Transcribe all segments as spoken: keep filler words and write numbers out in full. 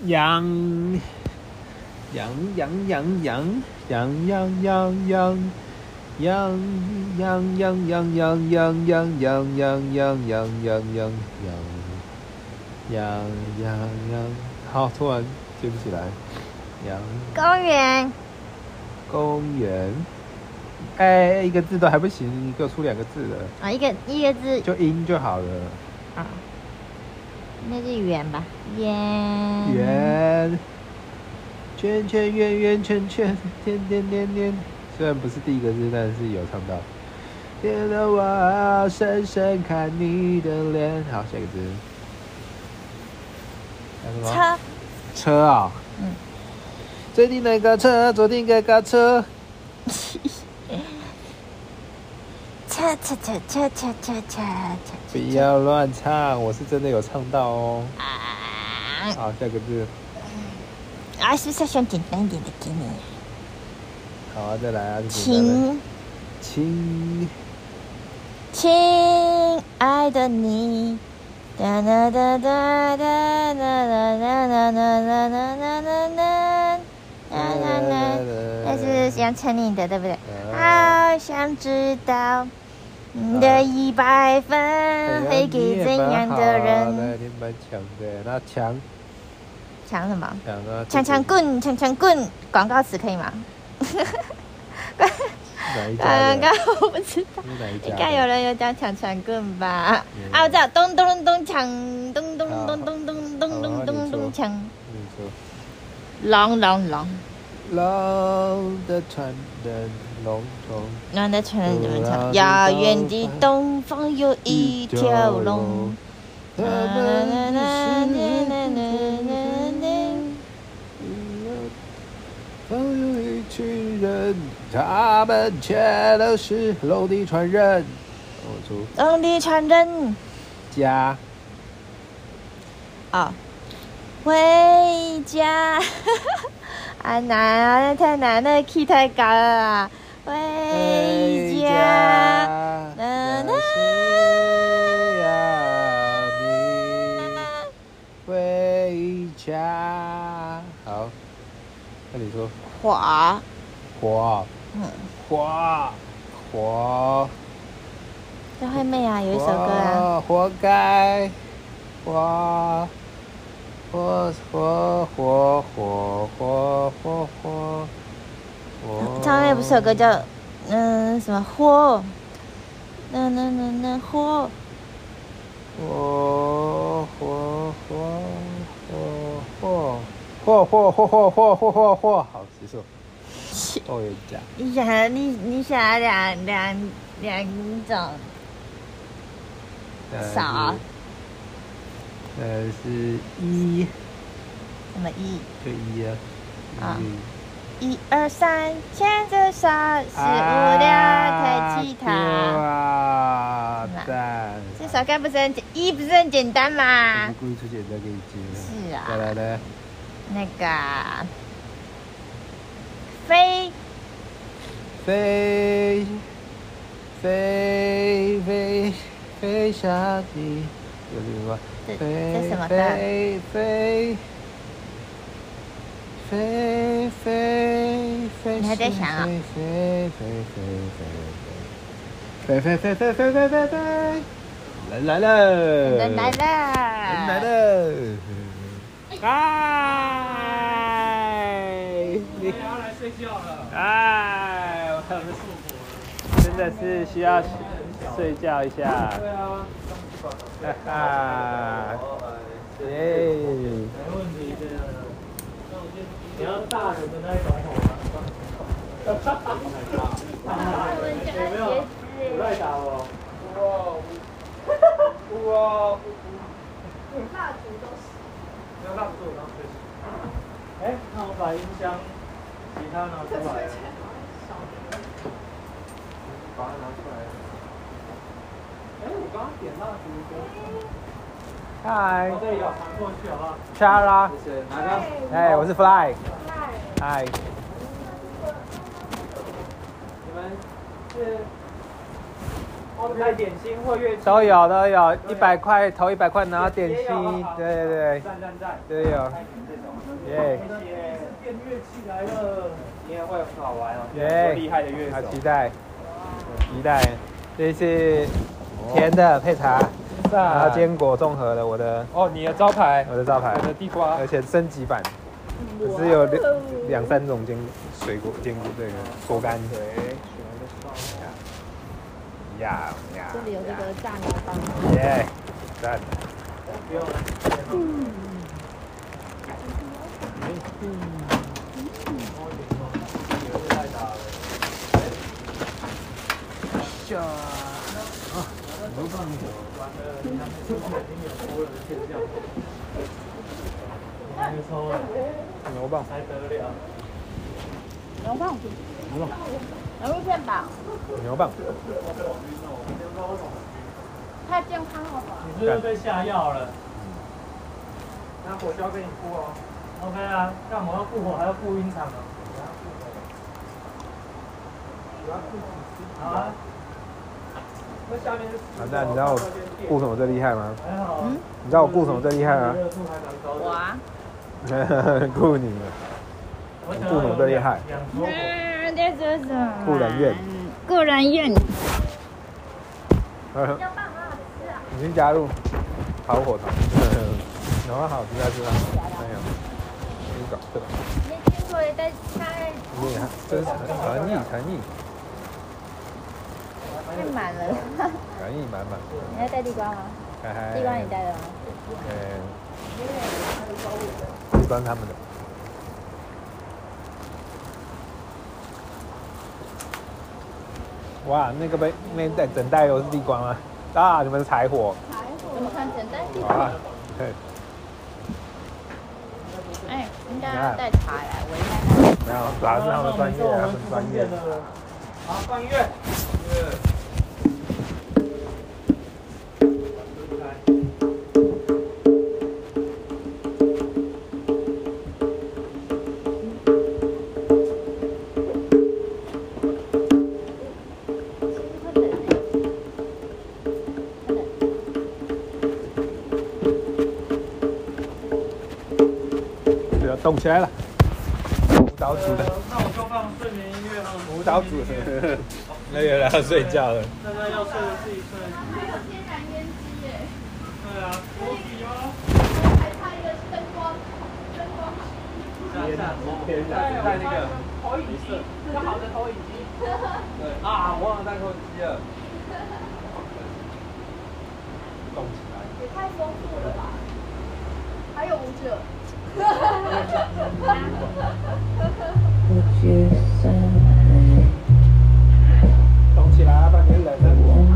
羊，羊羊羊羊羊羊羊羊。羊羊羊羊羊羊羊羊羊羊羊羊羊羊羊羊，好，突然接不起来。羊公园， 公园，哎，一个字都还不行，你给我出两个字了。 啊，一个一个字就音就好了。 啊，那是圆吧？圆圆，圈圈圆圆圈圈，点点点点。虽然不是第一个字，但是有唱到。天的我要深深看你的脸。好，下一个字。 车。 车啊、哦。 嗯。 最近那个车，昨天那个车。 车车车车车车车。 不要乱唱，我是真的有唱到哦。 啊。 好，下个字。 啊，是不是选简单一点的给你？ 好啊，再来啊！ 亲， 亲， 亲爱的你，哒哒哒哒哒哒哒哒哒哒哒哒哒哒哒哒，那是杨丞琳的，对不对？好想知道你的一百分会给怎样的人？ 你蛮强的，那强， 强什么？ 强啊！ 强强棍，强强棍，广告词可以吗？刚刚我不知道，应该有人有讲抢抢棍吧？啊，我知道，咚咚咚抢，咚咚咚咚咚咚咚咚咚抢。龙龙龙， 龙的传人龙龙， 龙的传人怎么唱？遥远的东方有一条龙。有一群人，他们却都是龙的传人。龙的传人，家。哦，回家。啊难啊，太难了 ，key 太高了啊！回家。那那呀，你回家。好。那你说花花嗯花花在后面啊有一首歌啊活该花花花花花花花花上面不是有歌叫嗯什么火那那那那火火火火火火火火火火火火火，好结束。哦，有讲。你想你你想两两两种少？呃是一。什么一？就一啊。啊。一二三，牵着手，四五六，弹吉他。哇，赞！这首歌不是很简，一不是很简单吗？我故意出简单给你接。是啊。再来来。那个飞飞飞飞飞下地，有这个吗？这这什么歌？飞飞飞飞飞，你还在想啊？飞飞飞飞飞飞飞飞飞飞飞飞，人来了，人来了，人来了。哎！你要来睡觉了。哎，我很舒服。真的是需要睡觉一下。对啊。哈哈。耶。没问题的。那我就你要大人的那一种吼吗？哈哈哈。有没有？不赖打我。哇！哇！蜡烛都是。没有蜡烛，我刚睡醒。哎，那我把音箱、吉他拿出来。把它拿出来。哎，我刚刚点蜡烛。嗨。我这里有传过去，好不好？查拉。谢谢。哪个？哎，我是 Fly。Fly。嗨。你们是？ 带点心或月都有都有，一百块投一百块拿点心，对对对，赞赞赞，都有。耶！电乐器来了，今天会很好玩哦，耶！厉害的乐手，好期待，期待。这是甜的配茶，然后坚果综合的我的哦，你的招牌，我的招牌，我的地瓜，而且升级版，只有两两三种坚水果坚果这个果干。对。呀呀！ 这里有这个炸牛蒡。 耶，赞。不用了。嗯。嗯。太大了。下。啊，牛蒡。牛蒡。还得了。 牛蒡。牛蒡。牛肉片吧。 牛蒡。 太健康了吧？ 你是不是被下药了？拿火烧给你敷哦。OK 啊，干嘛要复火还要复晕场啊？好啊。那下面是。 啊，那你知道我顾什么最厉害吗？ 嗯。 你知道我顾什么最厉害吗？ 我啊。 顾你们。顾什么最厉害？ 嗯，这是什么？ 顾人怨。 顾人怨。 嗯。你去加入跑火团。然后好，吃啊吃啊。没有。你搞这个。 你听说也在开。 厉害，真是诚意诚意。 太满了。 诚意满满。 你在带地瓜吗？地瓜你带的吗？ 嗯。地瓜他们的。哇，那个杯那袋整袋都是地瓜吗？啊，你们是柴火。 怎么看整袋地瓜？ 对。 哎，应该要带茶来，我应该。 没有，主要是他们专业，他们专业。 好，放音乐。 动起来了，舞蹈组的。 那我就放睡眠音乐了。 舞蹈组的，那个要睡觉了。 那个要睡的自己睡。 还有天然烟机耶。 对啊，多比哦。 还差一个灯光，灯光天然，天然，带那个投影机，这个好的投影机。对啊，我忘了带投影机了。 动起来。 也太丰富了吧！还有舞者。 动起来，不然你冷了。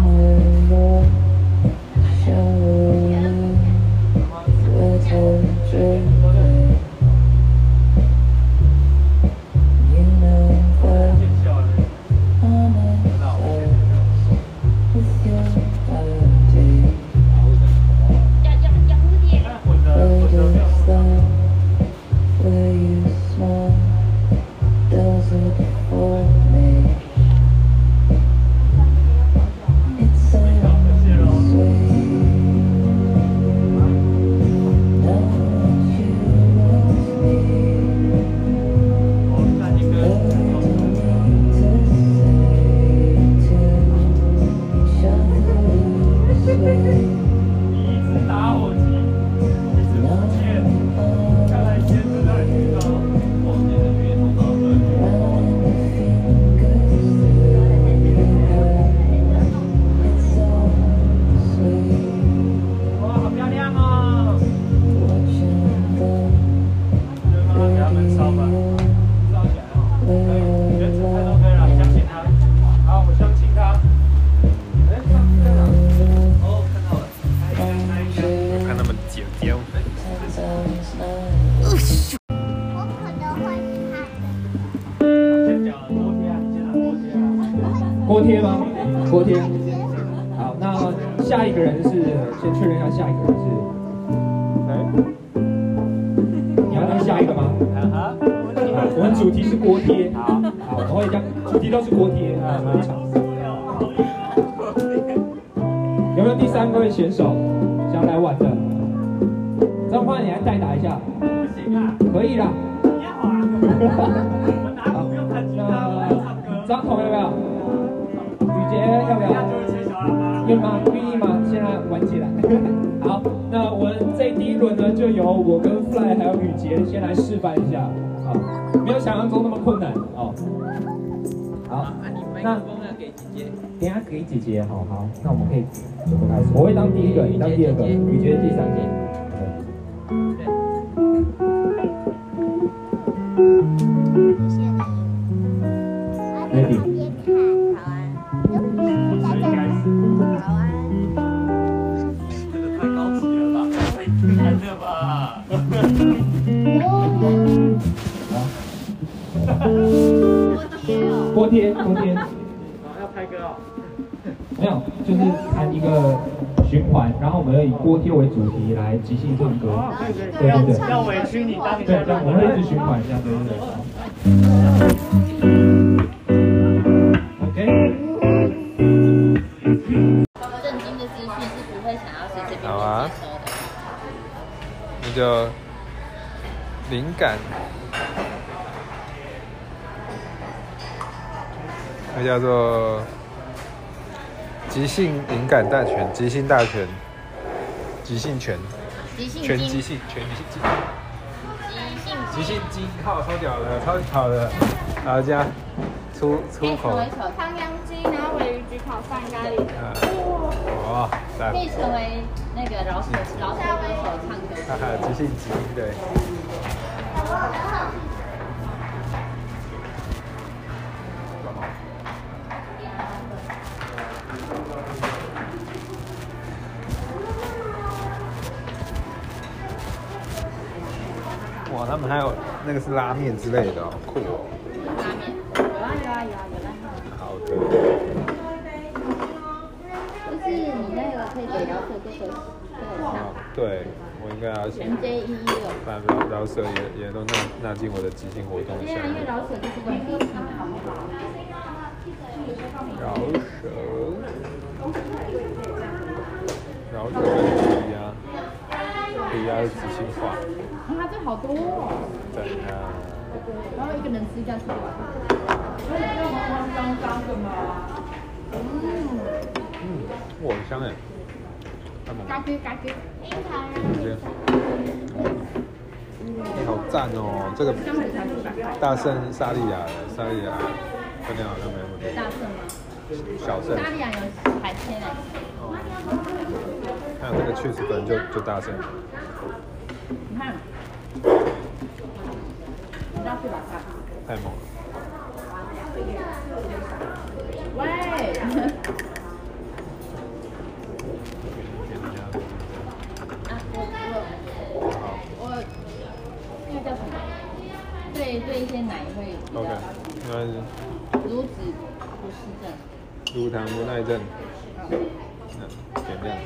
锅贴吗？锅贴。好，那下一个人是，先确认一下下一个人是。你要当下一个吗？好，我们主题是锅贴。好，好，我会讲主题都是锅贴啊，非常。 没有第三位选手想要来玩的？张焕，你来代打一下。 不行啊。 可以啦。 你要啊。我拿鼓又弹吉他，我要唱歌。 张彤要不要？雨杰要不要？愿吗？愿意吗？现在玩起来。好，那我们这第一轮呢，就由我跟 Fly 还有雨杰先来示范一下。好，没有想象中那么困难哦。好，那给姐姐。等下给姐姐，好好，那我们可以从头开始。我会当第一个，你当第二个，雨杰第三个。Ready。 好啊。 这个太高级了吧？太热吧？ 锅贴，锅贴。 要拍歌哦？ 没有，就是弹一个循环，然后我们要以锅贴为主题来即兴唱歌。对对对。 要委屈你当一对，这样我们会一直循环一下，对对对。OK。 震惊的资讯是不会想要谁这边接收的。 那就灵感。那叫做即兴灵感大全，即兴大全，即兴全， 即兴全即兴，全即兴，即兴鸡，好，超屌的，超好的，然后这样出出口， 汤阳鸡，然后尾鱼焗烤饭咖喱， 哇， 可以成为那个饶舌饶舌歌手唱歌， 哈哈，即兴鸡，对。哇，他们还有那个是拉面之类的，好酷哦！ 拉面有啊有啊有啊有拉面。 好的。 就是你那个可以给饶舌歌手歌手唱。 对，我应该要全 J 一一六。 把饶饶舌也也都纳纳进我的即兴活动里面。 对啊，因为饶舌就是关于即兴嘛。 饶舌，饶舌跟涂鸦，涂鸦是即兴化。 哇，这好多哦！ 对啊。 然后一个人吃下去完。 要黄黄脏脏的吗？ 嗯。 嗯，哇，很香哎。 嘎吱嘎吱。 直接。你好赞哦！这个大圣沙利亚的沙利亚分量好像没那么多。 大圣吗？ 小圣。 沙利亚有海鲜哎。 还有这个去死粉就就大圣。 你看。要去把它。 太猛了。 喂。啊，我我我那个叫什么？对对，一些奶会。 OK， 应该是。 乳脂不适症。 乳糖不耐症。嗯，减量。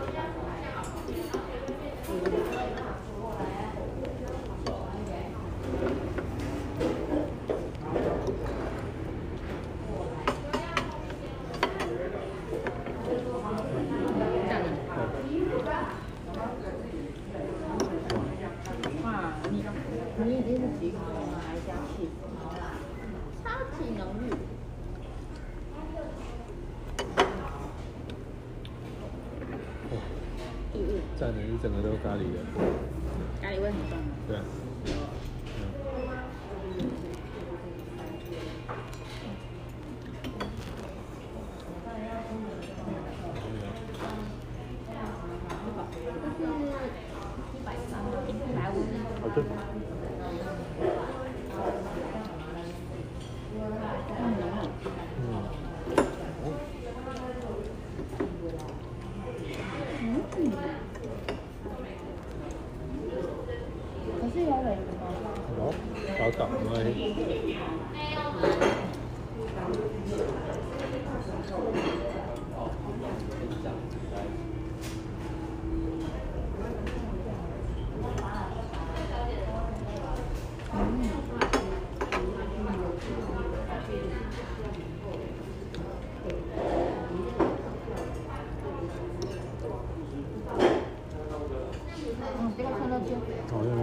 你已经是几口了，还加气，超级浓郁。嗯嗯。 蘸的一整个都是咖喱的。 咖喱味很重吗？ 对。好吃。 可是有尾鱼吗？ 有，少少没关系。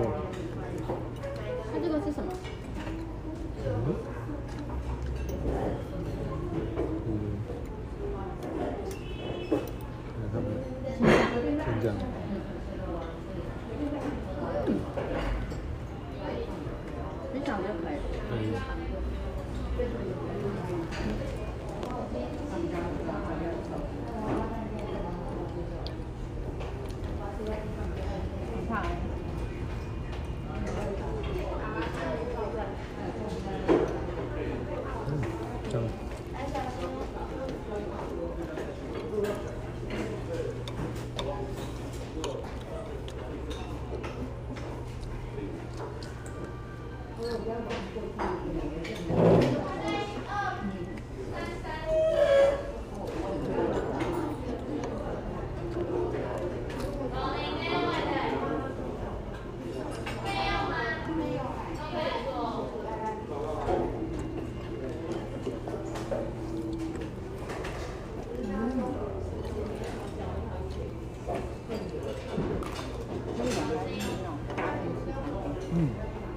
它这个是什么？ 嗯。嗯。先这样。 很小就可以。 可以。 很胖。 嗯，这样。嗯。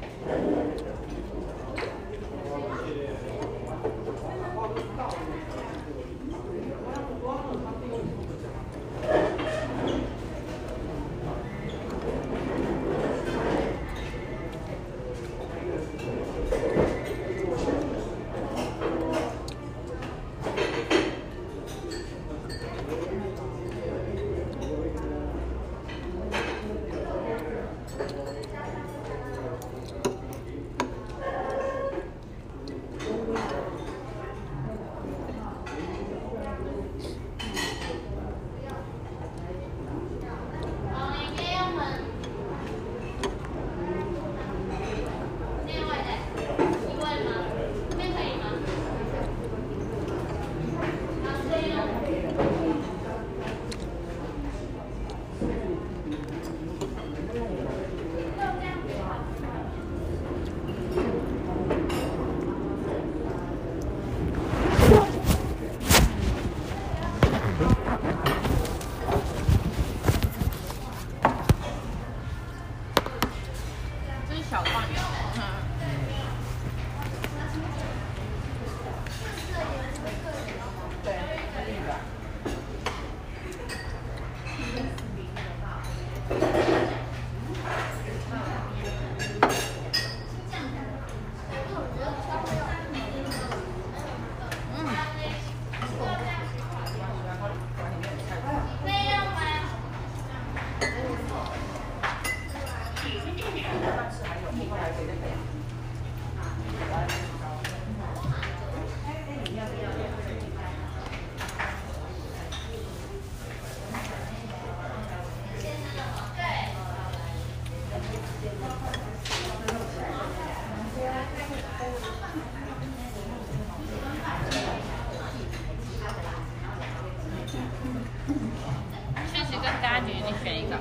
这是小罐的。对，确实跟大家觉得你选一个。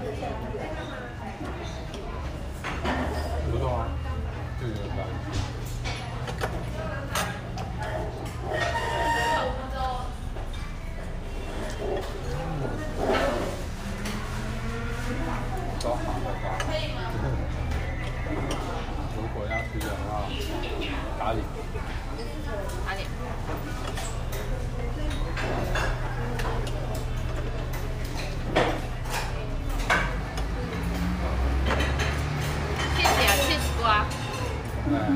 不错啊，这个有点大。都好的话，如果要吃的话，咖喱。 咖喱。谢谢啊，谢谢瓜。 嗯。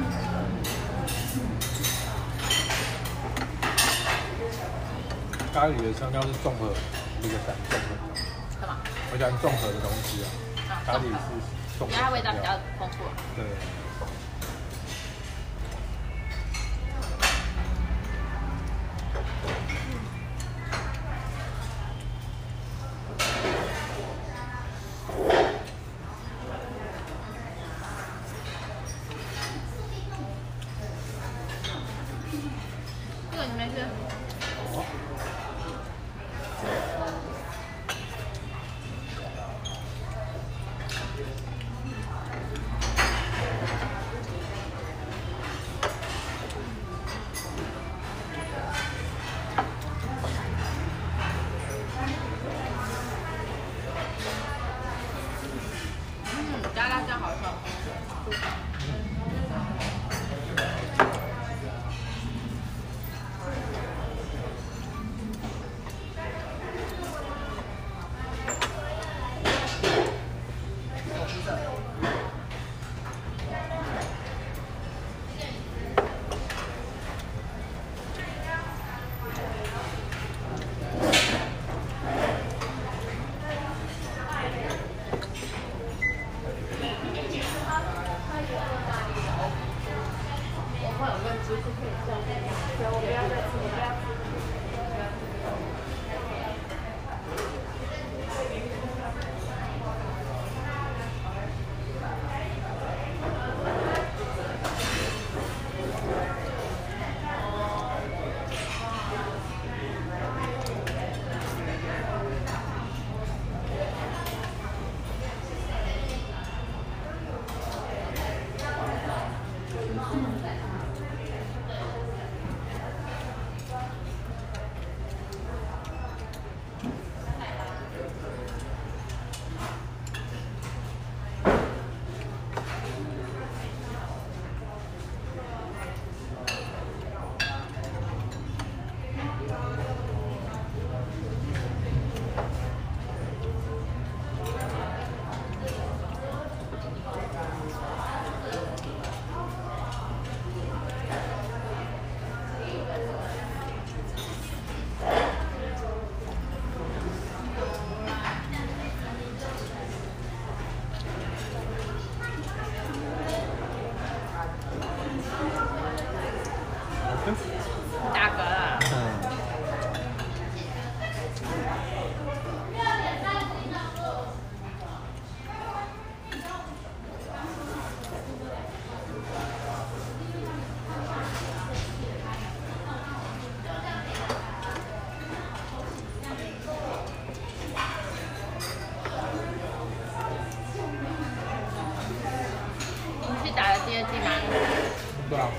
咖喱的香料是综合，一个想综合。 干嘛？ 我喜欢综合的东西啊。咖喱是综合。 因为它味道比较丰富。 对。 这个你没吃？嗯，加辣椒好吃。 打了第二剂吗？ 对啊。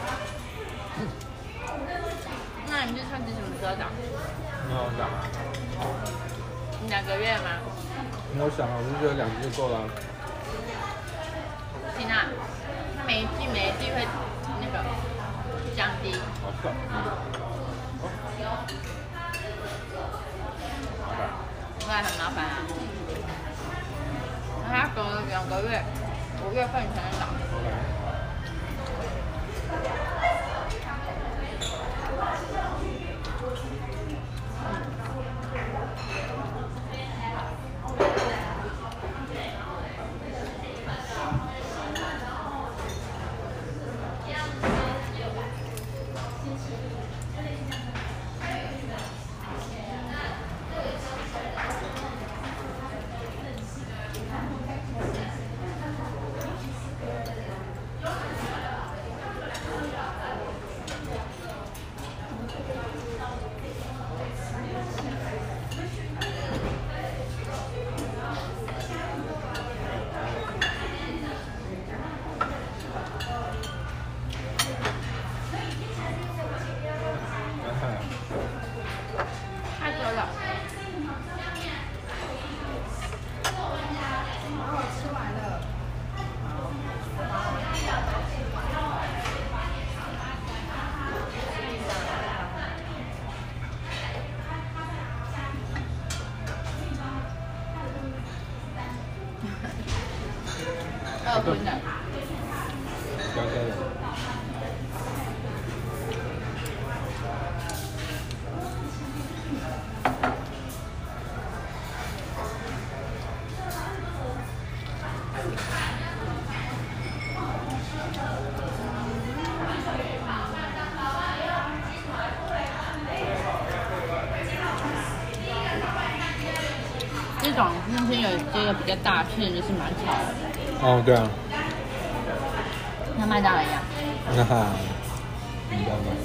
那你是穿子什么时候打？ 没有打。 两个月吗？ 没有想啊，我就觉得两剂就够了。 行啊，它每一剂每一剂会那个降低。 好爽。 那很麻烦啊。它隔了两个月，五月份才能打。太多了。 哦，吃完了。 二荤的。 香香的。 这种今天有这个比较大片，就是蛮吵的。 哦，对啊。 像麦当劳一样。 那哈，一样的。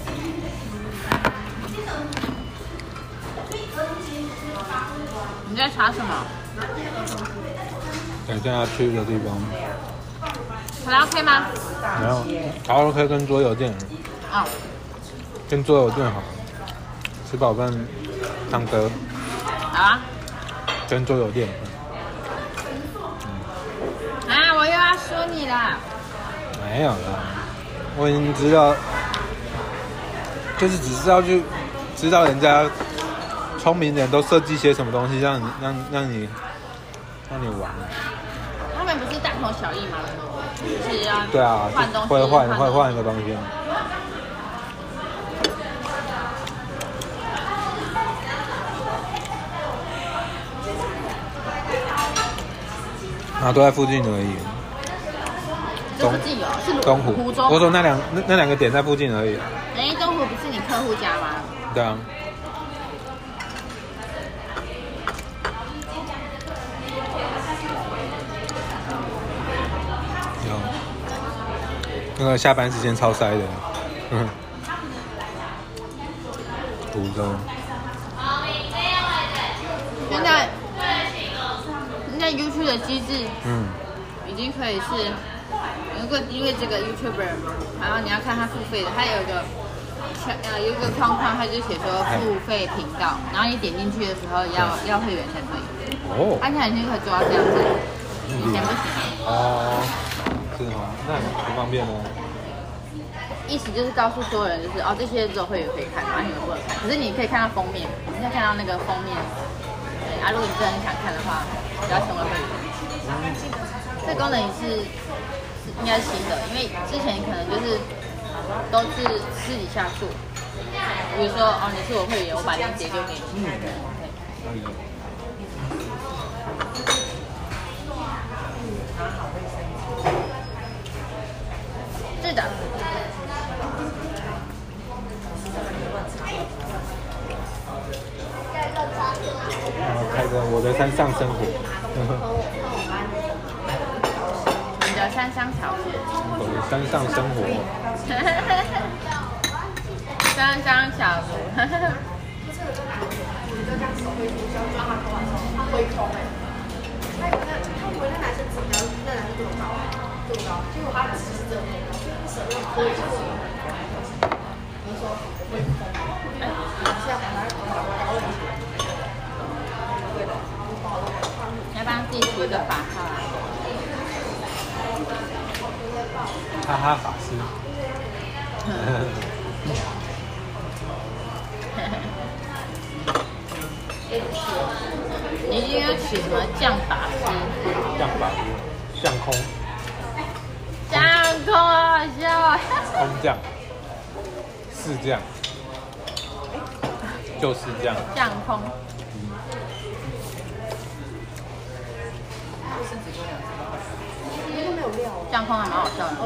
你在查什么？ 等一下要去的地方。 卡拉 OK 吗？ 没有，卡拉 OK 跟桌游店。 哦。 跟桌游店好。吃饱饭，唱歌。 好啊。 跟桌游店。 啊！我又要输你了。 没有了，我已经知道，就是只是要去知道人家聪明人都设计些什么东西让你让让你让你玩。 他们不是大同小异吗？就是要对啊， 换东西， 会换会换一个东西。然后都在附近而已。 这附近有，是东湖。 湖中。 我说那两那那两个点在附近而已。 哎，东湖不是你客户家吗？ 对啊。有。那个下班时间超塞的。嗯。湖中。 现在现在 YouTube 的机制，嗯，已经可以是，如果因为这个 YouTuber， 然后你要看他付费的，他有一个呃有一个框框，他就写说付费频道，然后你点进去的时候要要会员才可以。哦。他现在已经可以做到这样子，以前不行。哦， 是吗？那很方便哦。 意思就是告诉所有人，就是哦，这些只有会员可以看，然后你们不能看。可是你可以看到封面，你现在看到那个封面。对啊，如果你真的很想看的话，就要成为会员。这功能也是是应该是新的，因为之前可能就是都是私底下做。比如说哦，你是我会员，我把链接丢给你。嗯。可以。是的。 然后开着我的山上生活。 你的山上小学。 我的山上生活。 山上小学。 他以为那他以为那男生只要那男生不懂搞。 你要帮自己涂一个法号啊。 哈哈法师。 你一定要取什么降法师？ 降法师，降空。 降空啊，好笑。 空降。是降。就是降。 降空。降空还蛮好笑的。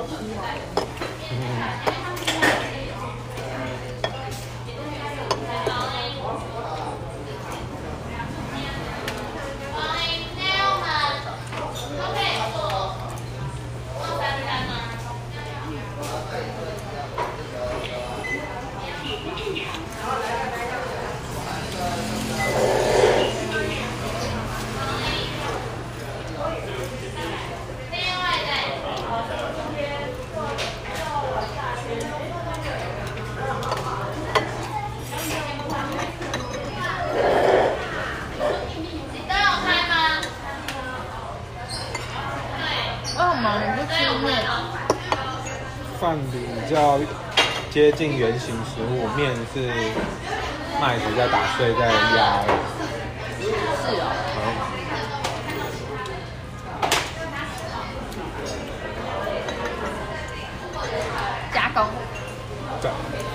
饭比较接近原型食物，面是麦子再打碎再压。 是哦。加工。 对。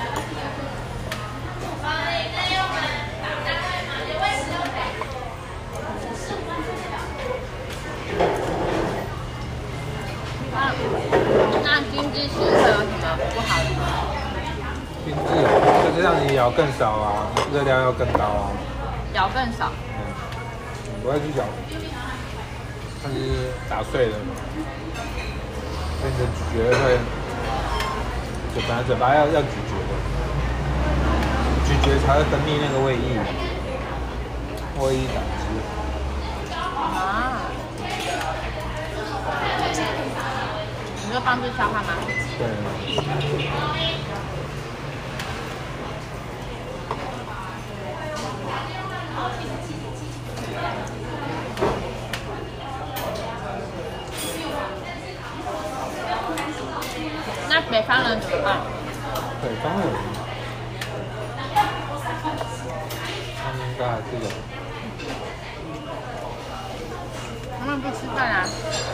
那精致型会有什么不好的吗？ 精致就是让你咬更少啊，热量要更高啊。 咬更少。 嗯，你不会去咬，它是打碎的，所以你的咀嚼会，就本来嘴巴要要咀嚼的，咀嚼才会分泌那个胃液，胃液胆汁。 啊。你说帮助消化吗？ 对。 那北方人怎么办？ 北方人，他们应该还是有。 他们不吃饭啊。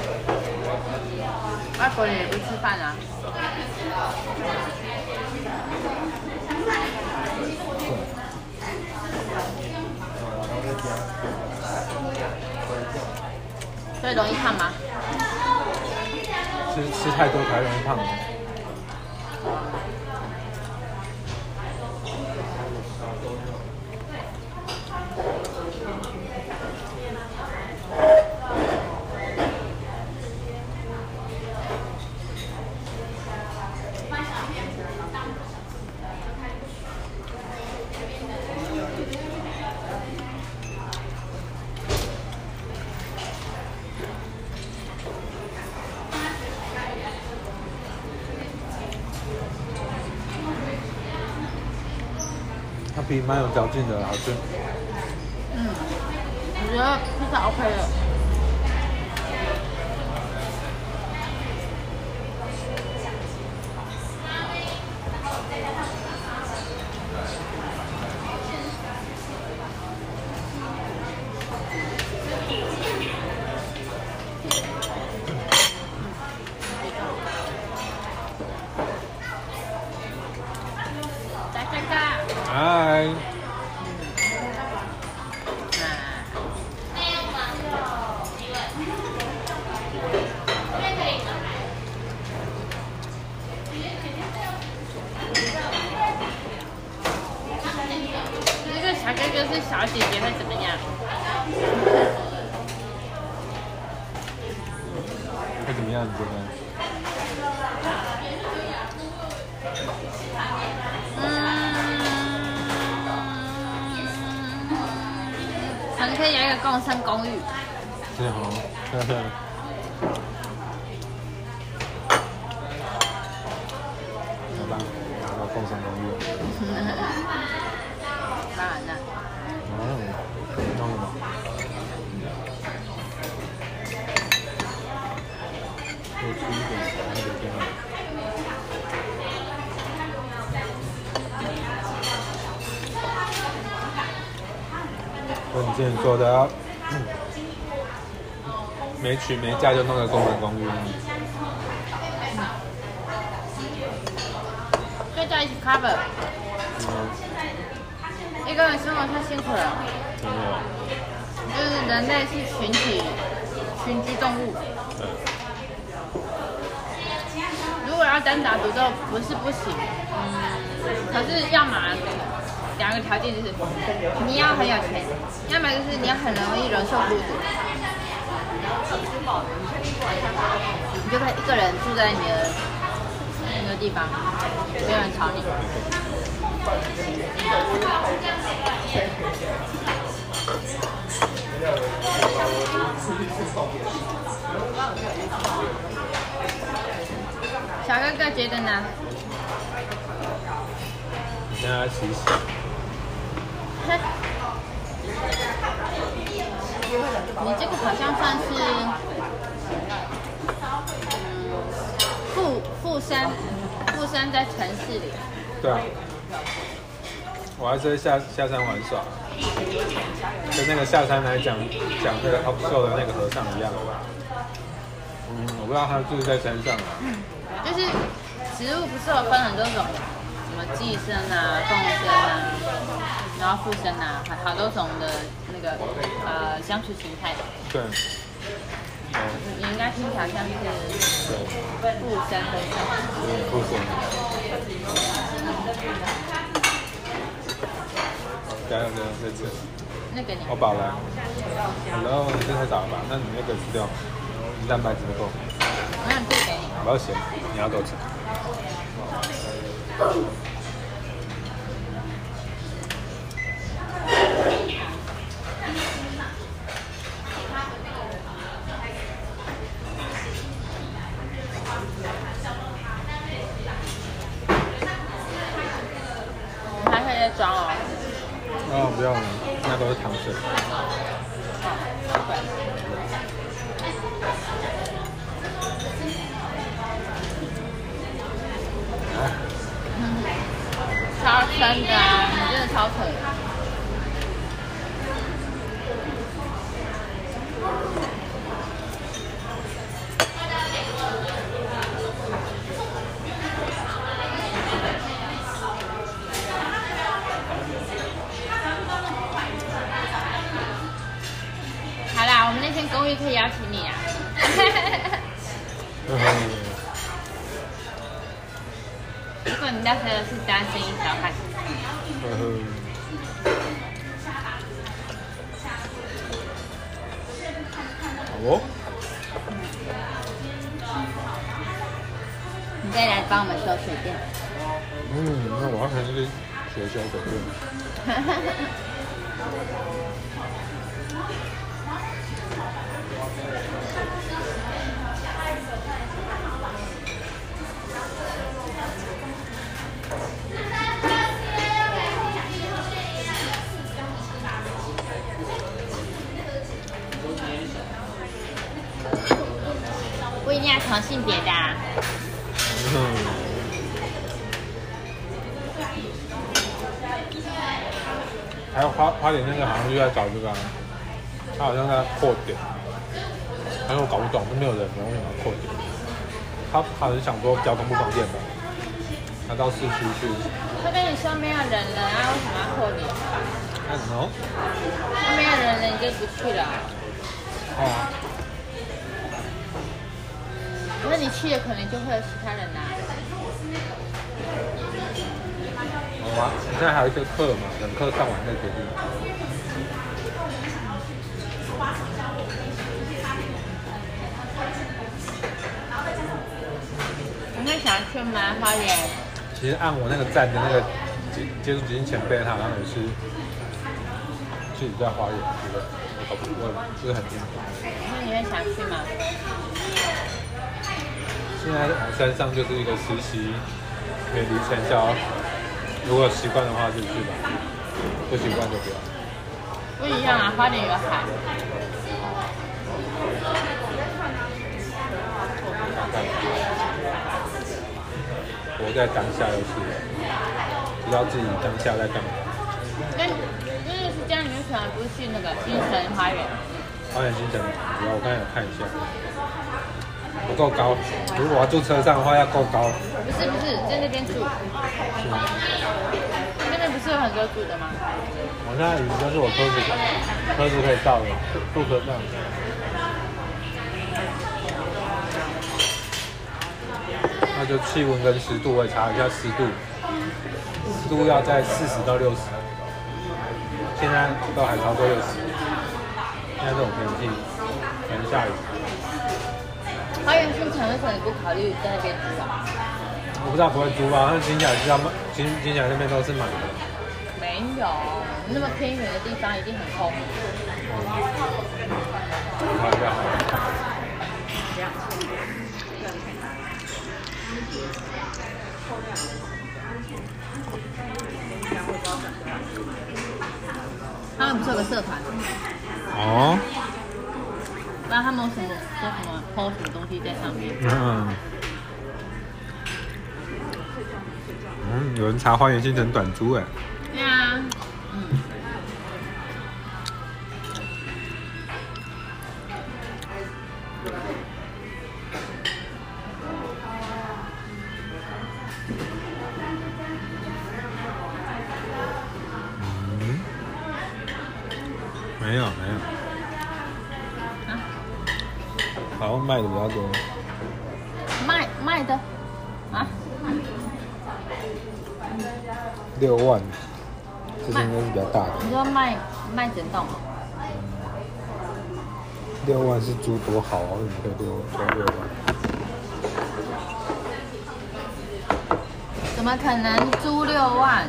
外国人也不吃饭啊。所以容易胖吗？ 吃吃太多才容易胖。它皮蛮有嚼劲的，好吃。 嗯，我觉得披萨 OK 的。 嗨。 这个小哥哥是小姐姐会怎么样？ 会怎么样？你觉得？ 可能可以有一个共生公寓。 是哦，呵呵。 梦想公寓。 当然了。 哦，弄什么？多吃一点那个天啊。和你之前说的，嗯、没娶没嫁就弄个工人公寓。 所以叫一起 cover。 嗯。 一个人生活太辛苦了。 真的。 就是人类是群体群居动物。 对。 如果要单打独斗，不是不行，嗯，可是要么两个条件就是你要很有钱，要么就是你要很容易忍受孤独，你就可以一个人住在你的那个地方，没有人吵你。小哥哥觉得呢？ 你现在洗洗。 你这个好像算是，嗯，富富山，富山在城市里。 对啊。我还是下下山玩耍，跟那个下山来讲讲那个 talk show 的那个和尚一样。嗯，我不知道他住在山上啊。 就是植物不是有分很多种，什么寄生啊、共生啊，然后附生啊，好多种的那个呃相处形态。 对。 哦、你应该听起来像是附生和生。 嗯，附生。加油加油，再吃。 那个你。 我饱了。Hello， 你这太少了吧？那你那个吃掉，你蛋白质不够。 我想递给你。 不要嫌，你要多吃。 你还可以再装哦。 哦，不要了，那都是糖水。 超撑的啊！你真的超扯的。好啦，我们那天公寓可以邀请你啊。如果你到时候是单身一条汉。 好哦。 你再来帮我们修水电。 嗯，那我要可能去学修水电。 不一定要同性别的、啊。嗯。 还有花花莲那个好像就在找这个、啊，他好像在扩点，但是我搞不懂，都没有人，然后为什么要扩点？他好像想说交通不方便吧，他到市区去。 他跟你说没有人了，啊，为什么要扩点？ I don't know。 那没有人了，你就不去了、啊。 哦。 那你去了，可能就会有其他人啦、啊。 好啊，你现在还有一个课嘛，等课上完再决定。 你会想去吗？花莲？ 其实按我那个站的那个接接触基金前辈，他好像也是自己在花莲，对不对？我搞不我不是很清楚。 那你会想去吗？ 现在山上就是一个实习远离尘嚣如果习惯的话就去吧，不习惯就不要。 不一样啊，花莲有海。 活在当下就是，知道自己当下在干嘛。 那那是家里面喜欢不是去那个新城花园？ 花园新城，主要我刚才有看一下，不够高。如果我要住车上的话，要够高。 不是不是，在那边住。 是吗？ 那边不是有很多住的吗？ 我现在已经是我车子车子可以到了，住车上。那就气温跟湿度，我也查一下湿度，湿度要在四十到六十，现在都还超过六十。现在这种天气，可能下雨。 花园新城为什么你不考虑在那边租啊？ 我不知道不会租吧，但听起来是要卖，听听起来那边都是买的。 没有，那么偏远的地方一定很空。 好一下好了。 他们不是有个社团？ 哦。 不知道他们有什么说什么 po 什么东西在上面。 嗯。嗯，有人查花园新城短租哎。 对啊。嗯。 没有没有， 啊， 好像卖的比较多。 卖卖的啊？ 六万，这是应该是比较大的。 你说卖卖整栋？ 六万是租多好啊？为什么可以六就六万？ 怎么可能租六万？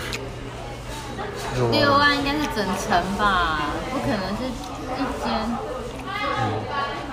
六万应该是整层吧，不可能是一间。嗯。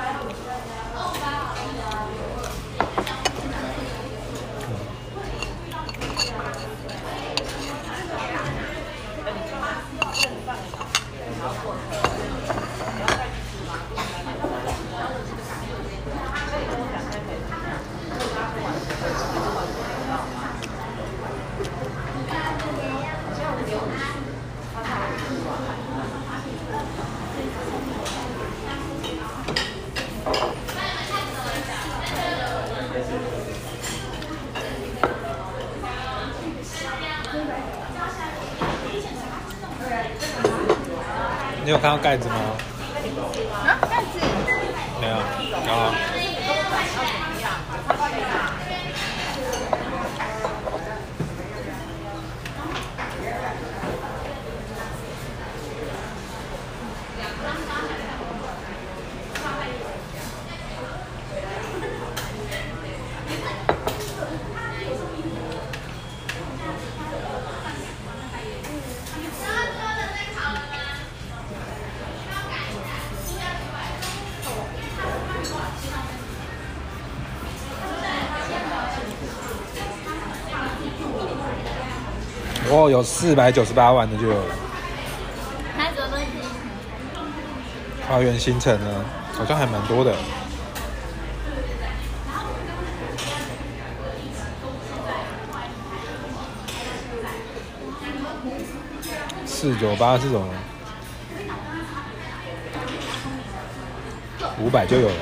你有看到盖子吗？ 啊，盖子？ 没有。啊。哦，有四百九十八万的就有了。 还有什么东西？ 花园新城呢，好像还蛮多的。四九八这种，五百就有了。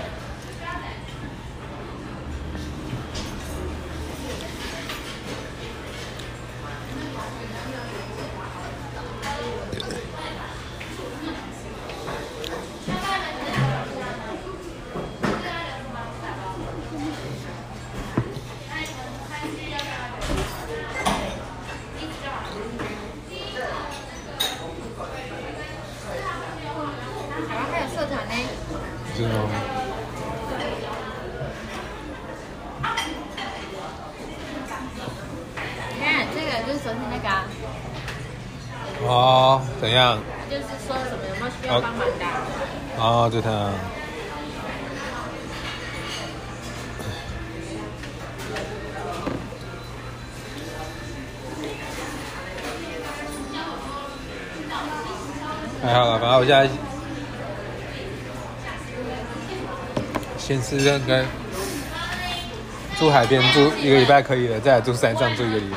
是吗？ 你看这个就是昨天那个啊。 哦，怎样？ 就是说什么有没有需要帮忙的？ 哦，就他。 还好了，反正我现在先试看看，住海边住一个礼拜可以了，再来住山上住一个礼拜。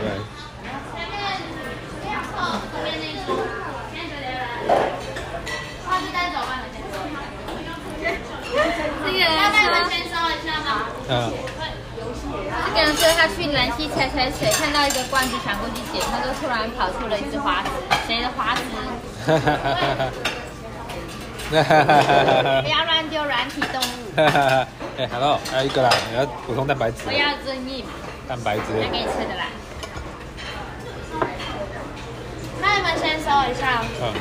嗯。 这个人说他去兰溪踩踩水，看到一个罐子想过去捡，他就突然跑出了一只花枝，谁的花枝？不要乱丢软体动物。 哎 ，Hello， 还有一个啦，你要补充蛋白质。 我要正义。 蛋白质。 来给你吃的啦。 那你们先收一下。 嗯。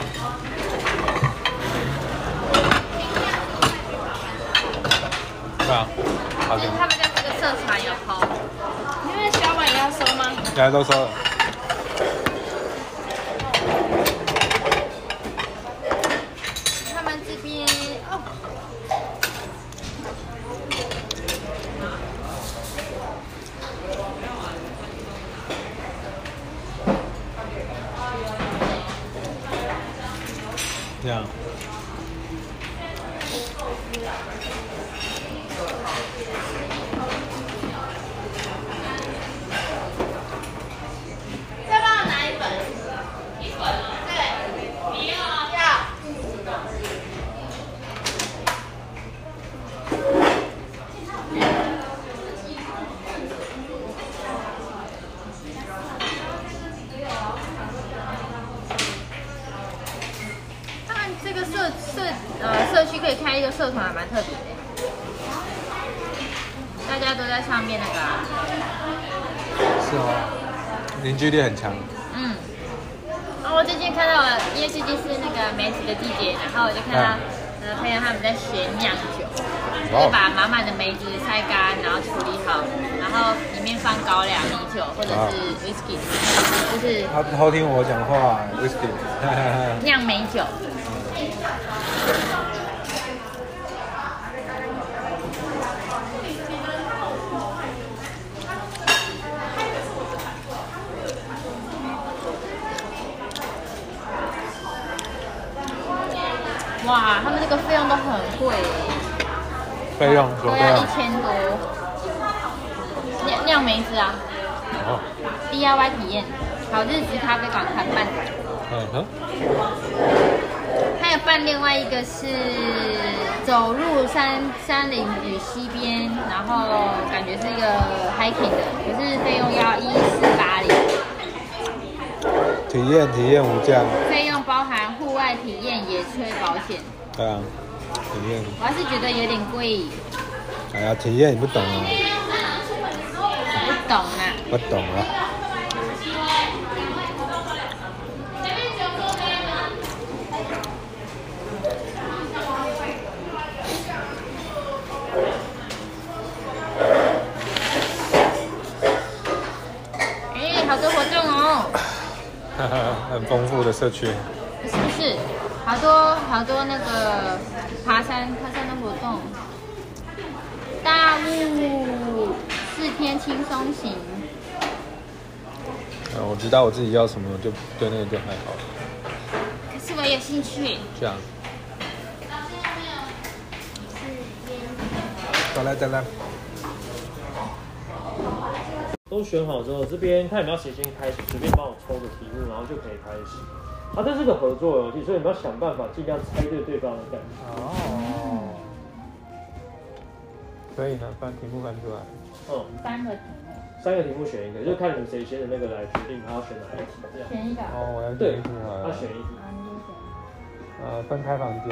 啊，好点。 他们在这个社团有抛。 因为小碗要收吗？ 大家都收了。 他们这边哦。 这样。 这个社社呃社区可以开一个社团，还蛮特别的，大家都在上面那个、啊。 是哦，凝聚力很强。 嗯。然后我最近看到了，因为最近是那个梅子的季节，然后我就看到我的朋友他们在学酿酒，就是把满满的梅子晒干，然后处理好，然后里面放高粱米酒或者是 whisky， 就是他偷听我讲话 ，whisky， 酿梅酒。哇，他们这个费用都很贵， 费用都要一千多。酿酿梅子啊， 哦 ，D I Y 体验，好日子咖啡馆看办。 嗯哼。 还有办另外一个是走入山山林与溪边，然后感觉是一个 hiking 的，可是费用要一四八零。 体验体验无价。 费用包含户外体验、野炊保险。 对啊，体验。 我还是觉得有点贵。 哎呀，体验你不懂啊。 不懂啊。 不懂啊。 哎，好多活动哦。 很丰富的社区。 是不是？好多好多那个爬山爬山的活动。大雾四天轻松行。 嗯，我知道我自己要什么，就对那个就还好。 可是我有兴趣。 这样。再来再来。 都选好之后，这边看你们要谁先开始，随便帮我抽个题目，然后就可以开始。啊，这是个合作游戏，所以你们要想办法尽量猜对对方的感觉。 哦。可以呢，翻题目翻出来。 嗯。 三个题目。 三个题目选一个，就看你们谁先的那个来决定他要选哪一题，这样。 选一个。 哦，我要选一题好了。 他选一题。 啊，你就选。 呃，分开房间。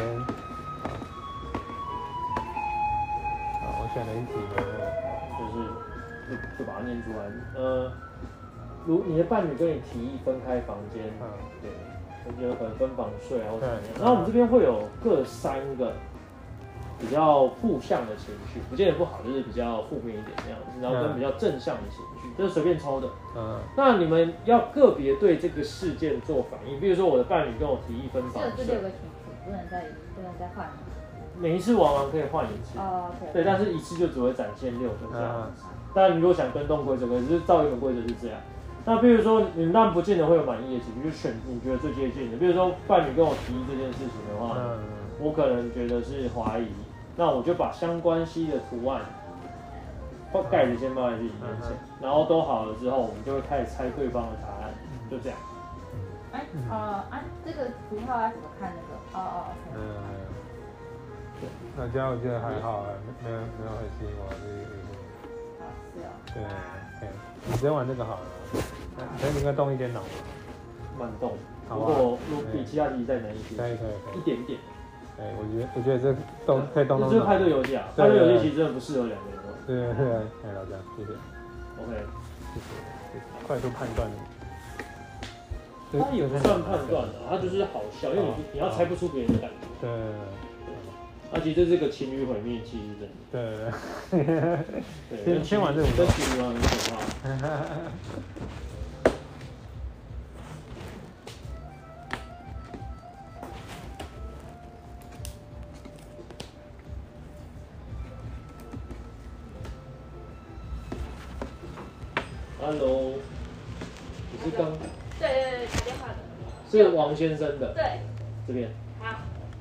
好，我选了一题，然后就是。就, 就把它念出来。呃，如你的伴侣跟你提议分开房间，嗯，对，有可能分房睡啊，或怎么样。然后我们这边会有各三个比较负向的情绪，不见得不好，就是比较负面一点这样子，然后跟比较正向的情绪，这是随便抽的。嗯，那你们要个别对这个事件做反应，比如说我的伴侣跟我提议分房睡， 这六个情绪不能再不能再换了。 每一次玩完可以换一次， 哦， okay. 对，但是一次就只会展现六个这样子。当然，你如果想跟动规则，可是照原本规则是这样。 那比如说你们当然不见得会有满意的，你就选你觉得最接近的。比如说伴侣跟我提议这件事情的话，嗯、我可能觉得是华谊，那我就把相关系的图案盖子先放在自己面前，嗯、然后都好了之后，我们就会开始猜对方的答案，就这样。 哎、欸，呃啊，这个符号要怎么看那个？哦哦哦。嗯。 对，那这样我觉得还好啊，没有没有很吸引我这个。 啊，是啊。 对，对，你直接玩这个好了，可以应该动一点脑嘛。 慢动。如果如果比其他题再难一些。 可以可以可以。 一点点。 对，我觉得我觉得这动可以动动。 这是派对游戏啊，派对游戏其实真的不适合两个人玩。 对对对，哎，老张，谢谢。 OK， 谢谢。快速判断。 它也不算判断的，它就是好笑，因为你你要猜不出别人的感觉。 对。 而且这是个情侣毁灭器，是真的。 对。 对。先玩这种。 跟情侣玩很可怕。Hello， 你是刚？ 对对对，打电话的。 是王先生的。 对。 这边。 好。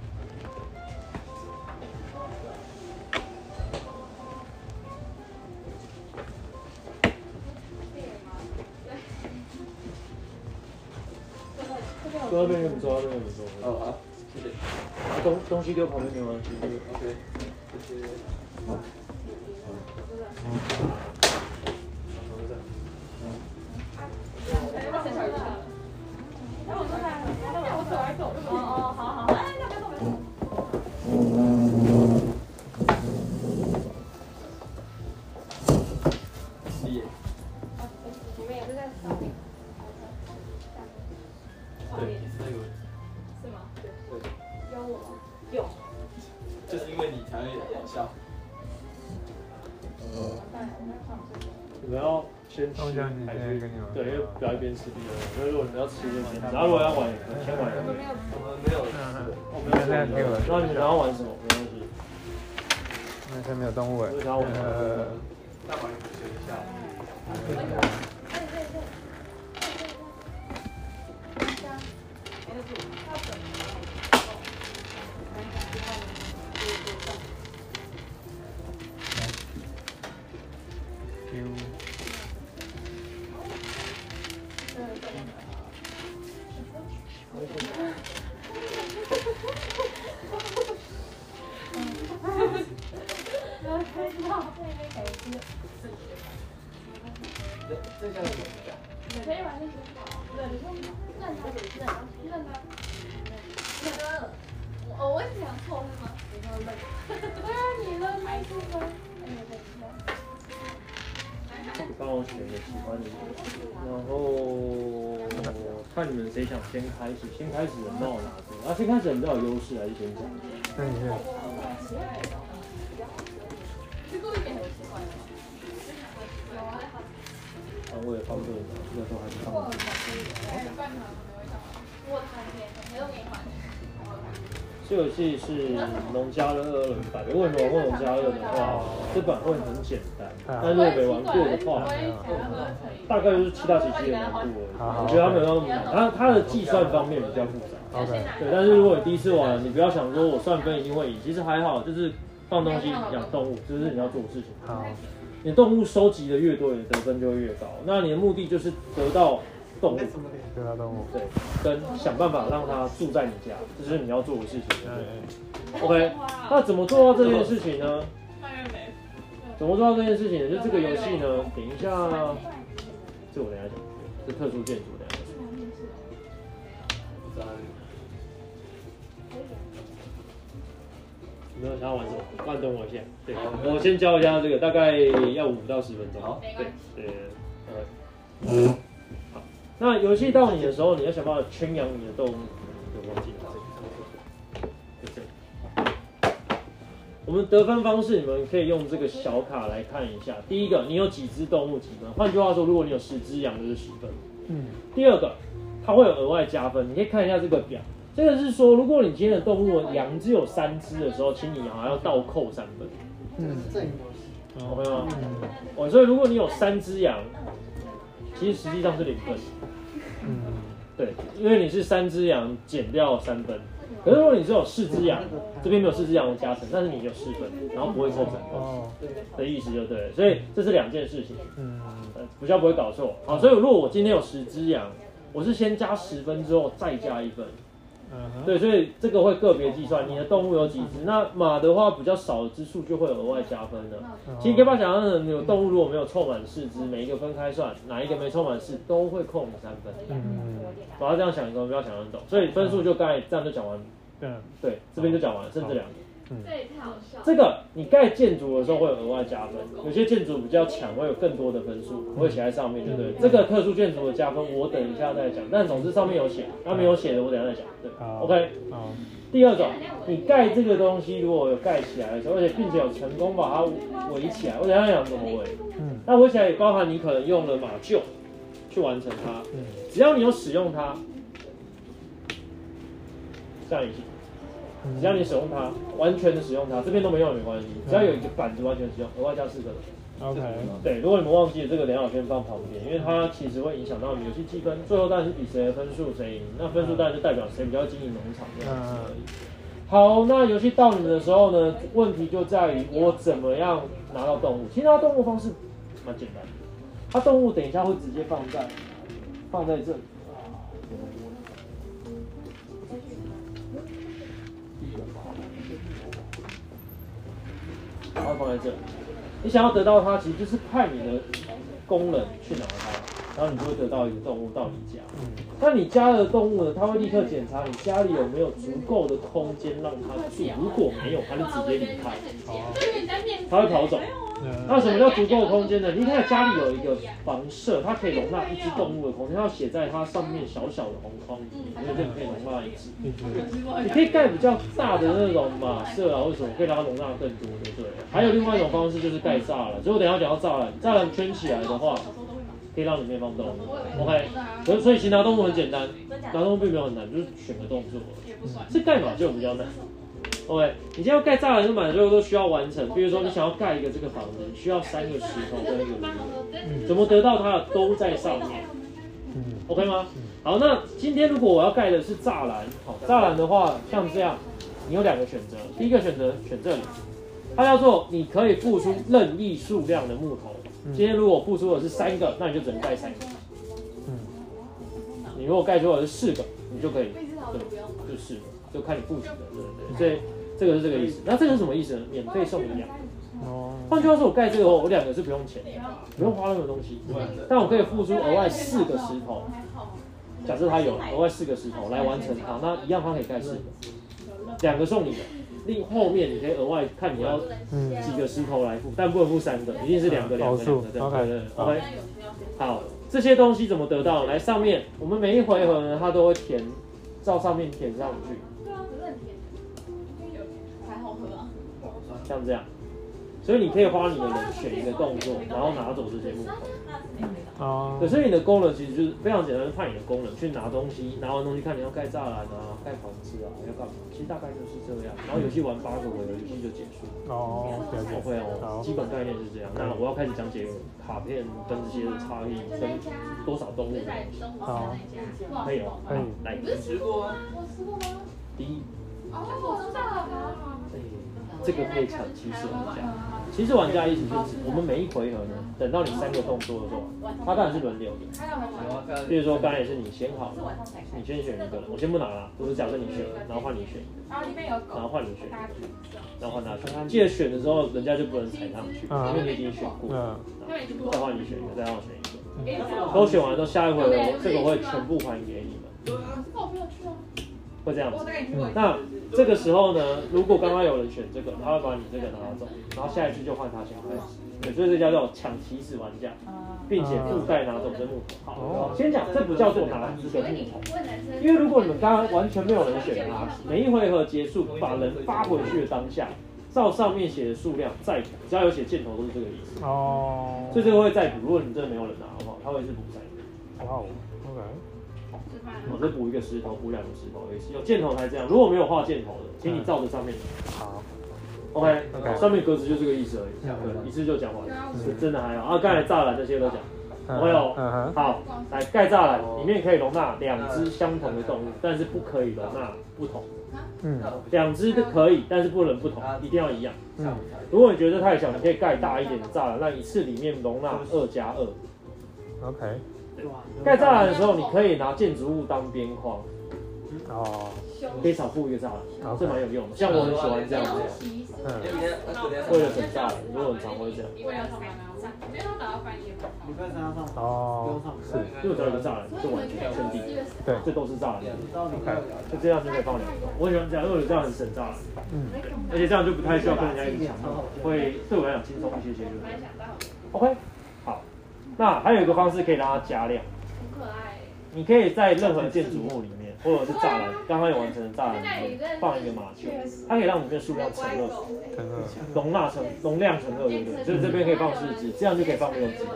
坐那边跟你说，那边跟你说。 哦好，谢谢。 啊，东东西丢旁边没关系。 OK，谢谢。好。 你们要先吃，还是对，因为不要一边吃一边玩。所以如果你们要吃就先吃，然后如果要玩，先玩。 我们没有，我们没有， 我没有吃。那你想要玩什么？没关系。 那现在没有动物哎。 我想要玩什么？ 大玩学一下。这叫什么？ 你可以把那个冷用让它冷让它那个我我讲错是吗？你说冷，对啊，你的还是吗？哎呀，等一下。 帮我选一个喜欢的，然后看你们谁想先开始，先开始的帮我拿这个，啊，先开始比较有优势还是先讲？ 那你先。 是故意给很奇怪的吗？有啊。 啊，我也放对了，那时候还是放对。 我谈天，谁都给你还。 这游戏是农家乐二人版，如果你玩过农家乐的话，这版会很简单。但如果没玩过的话，大概就是七到七七的难度而已。我觉得它没有那么难，它它的计算方面比较复杂。 OK。 对，但是如果你第一次玩，你不要想说我算分一定会赢，其实还好，就是放东西养动物，这是你要做的事情。 好。 你动物收集的越多，你的得分就会越高。那你的目的就是得到动物， 得到动物， 对，跟想办法让它住在你家，这是你要做的事情。对 ，OK。那怎么做到这件事情呢？怎么做到这件事情呢？就这个游戏呢，等一下，这我等一下讲，这特殊建筑等一下讲。有没有想要玩什么？慢等我一下。对，我先教一下这个，大概要五到十分钟。好，对对对。嗯。好，那游戏到你的时候，你要想办法圈养你的动物。对，忘记了。就这样。我们得分方式，你们可以用这个小卡来看一下。第一个，你有几只动物几分？换句话说，如果你有十只羊，就是十分。嗯。第二个，它会有额外加分，你可以看一下这个表。这个是说，如果你今天的动物羊只有三只的时候，请你还要倒扣三分。嗯，OK 吗？哦，所以如果你有三只羊， 其实实际上是零分。 嗯， 对，因为你是三只羊减掉三分，可是如果你只有四只羊，这边没有四只羊的加成，但是你有四分，然后不会扣三分的意思就对了，所以这是两件事情，嗯，比较不会搞错。好，所以如果我今天有十只羊，我是先加十分之后再加一分。对，所以这个会个别计算，你的动物有几只？那马的话比较少的只数就会有额外加分的。其实你可以把想象成，你有动物如果没有凑满四只，每一个分开算，哪一个没凑满四都会扣你三分。嗯，把它这样想一个，不要想很懂。所以分数就刚才这样就讲完。对，对，这边就讲完了，剩这两个。 这也太好笑了。 这个你盖建筑的时候会有额外加分，有些建筑比较强，会有更多的分数，我会写在上面，对不对？这个特殊建筑的加分，我等一下再讲。但总之上面有写，那没有写的我等一下再讲。对 ，OK。第二种，你盖这个东西如果有盖起来的时候，而且并且有成功把它围起来，我等一下讲怎么围。嗯。那围起来也包含你可能用了马厩去完成它。嗯。只要你有使用它，这样也行。只要你使用它，完全的使用它，这边都没用也没关系，只要有一个板子完全使用，额外加四个。OK。对，如果你们忘记了这个两小先放旁边，因为它其实会影响到你游戏积分，最后当然是比谁的分数谁赢，那分数当然就代表谁比较经营农场这样子而已。好，那游戏到你们的时候呢，问题就在于我怎么样拿到动物。其实拿到动物方式蛮简单的，它动物等一下会直接放在放在这里。然后放在这里，你想要得到它，其实就是派你的工人去拿它，然后你就会得到一个动物到你家。那你家的动物呢，它会立刻检查你家里有没有足够的空间让它住，如果没有，它就直接离开，它会跑走。那什么叫足够的空间呢？你看家里有一个房舍，它可以容纳一只动物的空间，它要写在它上面小小的红框里面，因为这里可以容纳一只。你可以盖比较大的那种马舍啊，或者什么可以让它容纳更多的，对。还有另外一种方式就是盖栅栏，所以我等一下讲到栅栏，栅栏圈起来的话，可以让里面放动物。OK， 所以所以其实拿动物很简单，拿动物并没有很难，就是选个动作而已。是盖马厩比较难。OK， 你今天要盖栅栏跟马厩都需要完成。比如说你想要盖一个这个房子，需要三个石头跟一个轮轮，怎么得到它的都在上面。OK 吗？好，那今天如果我要盖的是栅栏，好，栅栏的话像这样，你有两个选择。第一个选择选这里，它叫做你可以付出任意数量的木头。今天如果付出的是三个，那你就只能盖三个。你如果盖出来是四个，你就可以，对，就四个，就看你付几个，对不对？所以这个是这个意思。那这个是什么意思呢？免费送你两个。哦。换句话说，我盖这个，我两个是不用钱，不用花任何东西，但我可以付出额外四个石头。假设它有额外四个石头来完成它，那一样它可以盖四个，两个送你的。另后面你可以额外看你要几个石头来付，但不能付三个，一定是两个两个两个的。对对 ，OK。好，这些东西怎么得到？来上面，我们每一回合呢，它都会填，照上面填上去。对啊，可是很甜，因为有才好喝啊。像这样，所以你可以花你的人选一个动作，然后拿走这些木头。哦。可是你的功能其实就是非常简单，派你的功能去拿东西，拿完东西看你要盖栅栏啊、盖房子啊，要干嘛？其实大概就是这样。然后游戏玩八个回合，游戏就结束。哦 ，OK 哦，基本概念是这样。那我要开始讲解卡片跟这些的差异，跟多少动物的东西。好，可以哦，可以。来，你吃过吗？我吃过吗？第一。哦，我知道了。这个可以抢起始玩家。起始玩家意思就是，我们每一回合呢，等到你三个动作的时候，它当然是轮流的。比如说刚才也是你先好了，你先选一个人，我先不拿了，我是假设你选，然后换你选一个，然后换你选一个，然后换他选。记得选的时候，人家就不能踩上去，因为你已经选过了。再换你选一个，再让我选一个，都选完之后，下一回合这个会全部还给你们。会这样子。嗯、那这个时候呢，如果刚刚有人选这个，他会把你这个拿走，然后下一次就换他先开始。对，所以这叫做抢起始玩家，并且附带拿走这木头。好，先讲这不叫做拿这个木头，因为如果你们刚刚完全没有人选它，每一回合结束，把人发回去的当下，照上面写的数量再补，只要有写箭头都是这个意思。哦。所以这个会再补，如果你真的没有人拿的话，它会是补三个。哇哦 ，OK。我再补一个石头，补两个石头也是，有箭头才这样。如果没有画箭头的，请你照着上面。好 ，OK， OK， 上面格子就这个意思而已。对，一次就讲完了，是真的还好。啊，刚才栅栏这些都讲。 ，OK 哦， 嗯好，来盖栅栏里面可以容纳两只相同的动物，但是不可以容纳不同。 嗯， 两只都可以，但是不能不同，一定要一样。 嗯， 如果你觉得太小，你可以盖大一点的栅栏，让一次里面容纳二加二。 OK。 盖栅栏的时候，你可以拿建筑物当边框。 哦。 你可以少附一个栅栏，这蛮有用的。像我很喜欢这样子， 嗯， 为了省栅栏，我很常会这样。 哦，是， 因为只要有个栅栏，就完全圈地， 对， 这都是栅栏。 OK， 就这样就可以放两个。我很喜欢这样，因为这样很省栅栏。 嗯， 而且这样就不太需要跟人家一起抢，会对我来讲轻松一些些。OK， 好，那还有一个方式可以让它加亮。你可以在任何建筑物里面，或者是栅栏刚刚有完成的栅栏里面放一个马球，它可以让里面数量乘二， 乘二， 容纳乘容量乘二，对不对？所以这边可以放四只，这样就可以放六只。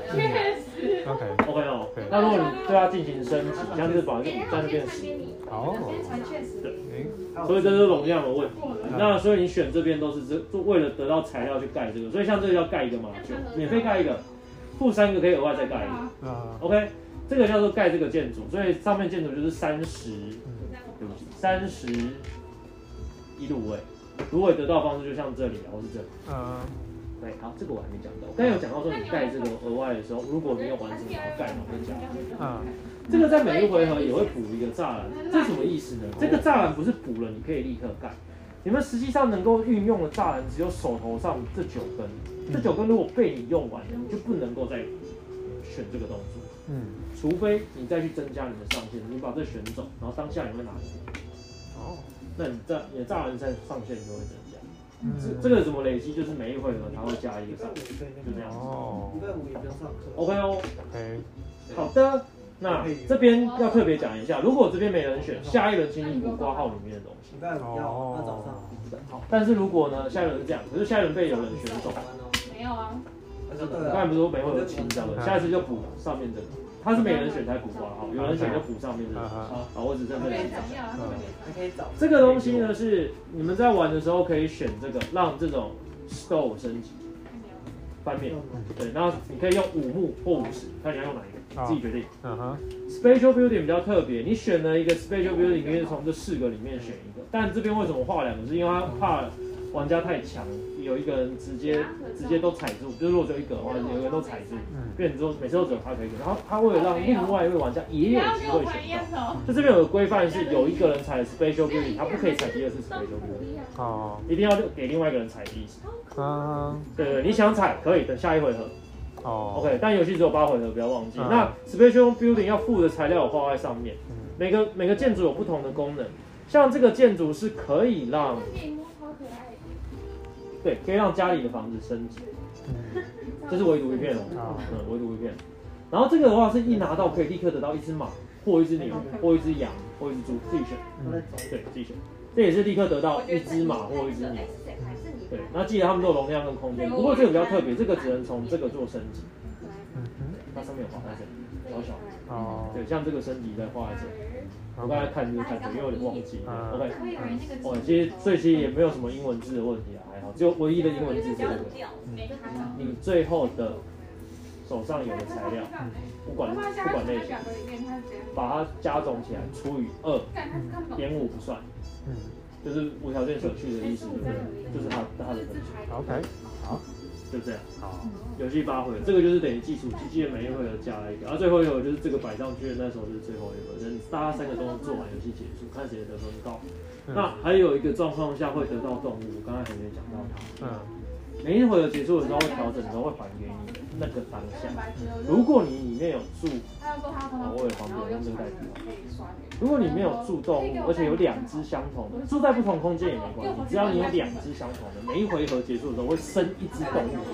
OK OK 哦，那如果你对它进行升级，像这本来就五，但是变十。 哦， 对，所以这是容量的问题。那所以你选这边都是这，就为了得到材料去盖这个，所以像这个要盖一个马球，免费盖一个，付三个可以额外再盖一个。OK。这个叫做盖这个建筑，所以上面建筑就是三十，对不起，三十一芦苇，芦苇得到的方式就像这里，然后是这里。嗯，对，好，这个我还没讲到。我刚才有讲到说，你盖这个额外的时候，如果没有完成，然后盖，然后再加。嗯，这个在每一回合也会补一个栅栏，这是什么意思呢？这个栅栏不是补了你可以立刻盖，你们实际上能够运用的栅栏只有手头上这九根，这九根如果被你用完了，你就不能够再选这个动作。嗯，除非你再去增加你的上限，你把这选走，然后当下你会拿一个，哦，那你在你的栅栏在上限就会增加。嗯，这这个怎么累积？就是每一回合它会加一个上限，就这样。哦，礼拜五也不用上课。OK 哦。OK。好的，那这边要特别讲一下，如果这边没人选，下一轮请你补挂号里面的东西。礼拜五要，那早上。好，但是如果呢，下一轮是这样，可是下一轮被有人选走。没有啊。我刚才不是说每回有清掉的，下一次就补上面这个，他是没人选才补挂号，有人选就补上面这个。好，我只在这里讲。这个东西呢是你们在玩的时候可以选这个，让这种 stove 升级翻面。对，然后你可以用五木或五十，看你要用哪一个，自己决定。Spatial building 比较特别，你选了一个 spatial building， 你可以从这四个里面选一个，但这边为什么画两个？是因为他怕玩家太强，有一个人直接直接都踩住，就是如果只有一个的话，有一个人都踩住，变成之后每次都只有他可以选，然后他为了让另外一位玩家也有机会选到，就这边有个规范是有一个人踩 spatial building， 他不可以踩第二次 spatial building， 哦，一定要给另外一个人踩第一次。啊，对对，你想踩可以等下一回合。哦 ，OK， 但游戏只有八回合，不要忘记。那 spatial building 要附的材料我画在上面，每个每个建筑有不同的功能，像这个建筑是可以让。对，可以让家里的房子升级，这是唯独一片哦，嗯，唯独一片。然后这个的话是一拿到可以立刻得到一只马，或一只牛，或一只羊，或一只猪，自己选。对，自己选。这也是立刻得到一只马或一只牛。对，那记得他们都有容量跟空间，不过这个比较特别，这个只能从这个做升级。它上面有画在这里，小小的。哦。对，像这个升级再画在这里。我刚才看就是看，因为有点忘记。OK， 哦，其实所以其实也没有什么英文字的问题啊，还好，只有唯一的英文字是这个。你最后的手上有的材料，不管不管类型，把它加总起来除以二点五不算，就是无条件舍去的意思，就是就是它它的分数。OK， 好。就这样，好，游戏八回合，这个就是等于基础机器的每一回合加了一个，然后最后一回合就是这个摆上去的那时候就是最后一回合，等大家三个都做完游戏结束，看谁得分高。嗯、那还有一个状况下会得到动物，我刚才还没讲到它。嗯，每一回合结束的时候会调整的时候会还给你那个当下。如果你里面有住，哦，我也方便用这个代替。如果你没有住动物，而且有两只相同的，住在不同空间也没关系，只要你有两只相同的，每一回合结束的时候会生一只动物。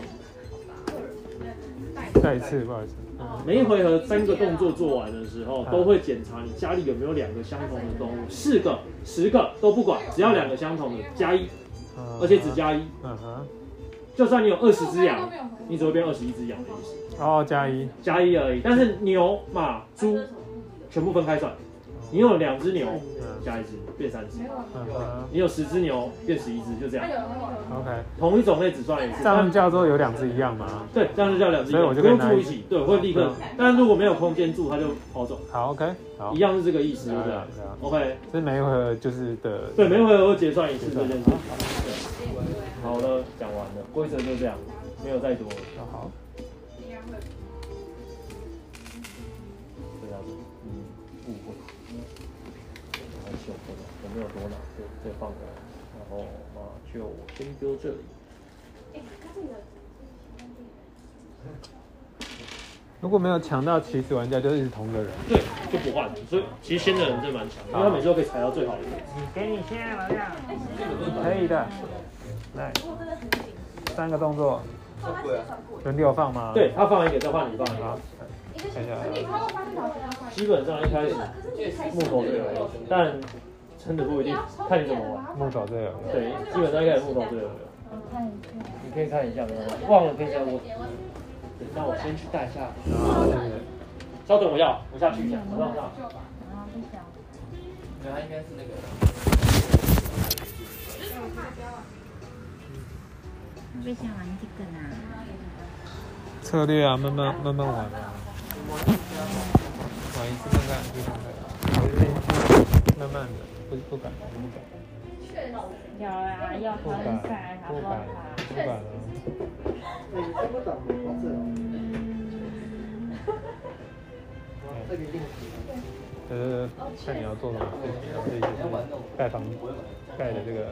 再一次，不好意思。 每一回合三个动作做完的时候，都会检查你家里有没有两个相同的动物，四个、十个都不管，只要两个相同的加一，而且只加一。嗯哼。就算你有二十只羊，你只会变二十一只羊的意思。 哦，加一， 加一而已。但是牛、马、猪全部分开算。 你有两只牛，加一只变三只。 嗯你有十只牛变十一只，就这样。 OK， 同一种类只算一次。 这样叫做有两只一样吗？ 对，这样就叫两只一样， 所以我就不用住一起，对，会立刻。但如果没有空间住，它就跑走。 好 OK， 好， 一样是这个意思，对不对 ？OK， 这每一回合就是的。 对，每一回合会结算一次这件事。好了，讲完了，规则就这样，没有再多了。 好。 对啊，嗯，误会，还秀过的，我没有多拿，就再放着，然后嘛就先丢这里。 如果没有抢到起始玩家，就一直同个人。 对，就不换。所以其实先的人真蛮强，因为他每次都可以踩到最好的位置。 给你先玩家，可以的。来，三个动作，轮流放吗？ 对，他放一个，再换你放一个。 看一下。 基本上一开始木头最有用，但真的不一定，看你怎么玩。 木头最有用。 对，基本上一开始木头最有用。你可以看一下，没有？忘了可以加我。那我先去带一下。稍等，我要，我下去一下，我让上。 对，他应该是那个。 最想玩这个呢？ 策略啊，慢慢慢慢玩啊。玩一次看看，就看看。慢慢的，不不敢，不敢。 有啊，要分散，好不好？ 不敢啊。 对，这个档好正哦。这个一定。 呃，看你要做什么事情，然后这就是盖房盖的这个。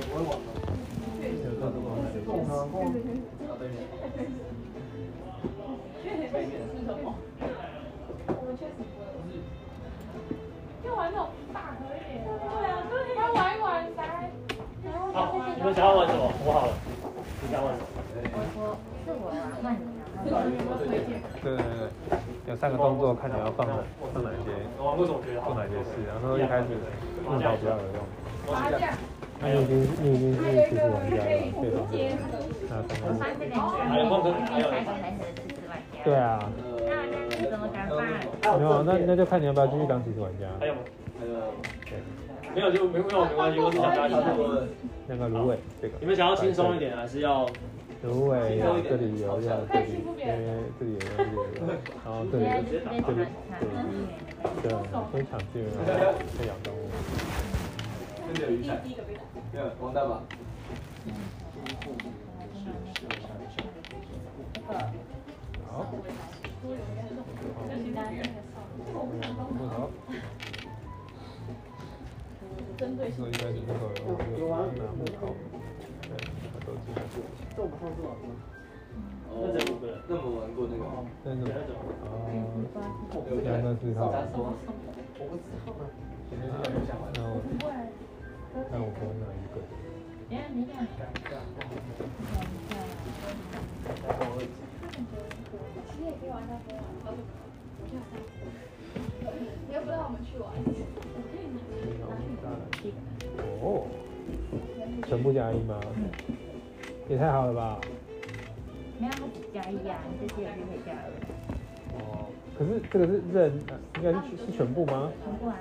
就玩那种大盒一点的，对啊，就是要玩一玩才。 好，你们想要玩什么？我好了，你想玩什么？ 我是我啊，那你啊。 对对对，有三个动作，看你要放哪放哪些，做哪些事，然后一开始木头比较有用。那你已经你已经是其实玩家了，对吧？那三个。 还有梦可还有。 对啊。 那怎么敢办？ 没有，那那就看你要不要继续当起始玩家。 还有吗？ 还有。 没有就没没有没关系，我只想加一个。 那个芦苇这个。 你们想要轻松一点，还是要？ 芦苇要这里有，要这里，因为这里有，这里有，然后这里这里这里，对，非常近，可以养动物。 真的有雨伞？没有，王大吧？ 好。木头。 针对所以一开始那个有拿木头，对，把都进来。 这我们上次玩过。 那这五个人， 那我们玩过那个。 那种啊，两个是他。 我不知道。 然后，那我可能拿一个。 等下你俩。 你也可以玩下飞啊，你又不让我们去玩，我可以拿。 哦，全部加一吗？也太好了吧！ 没有，它只加一啊，你这些也是可以加二。 哦，可是这个是任，应该是是全部吗？ 全部啊。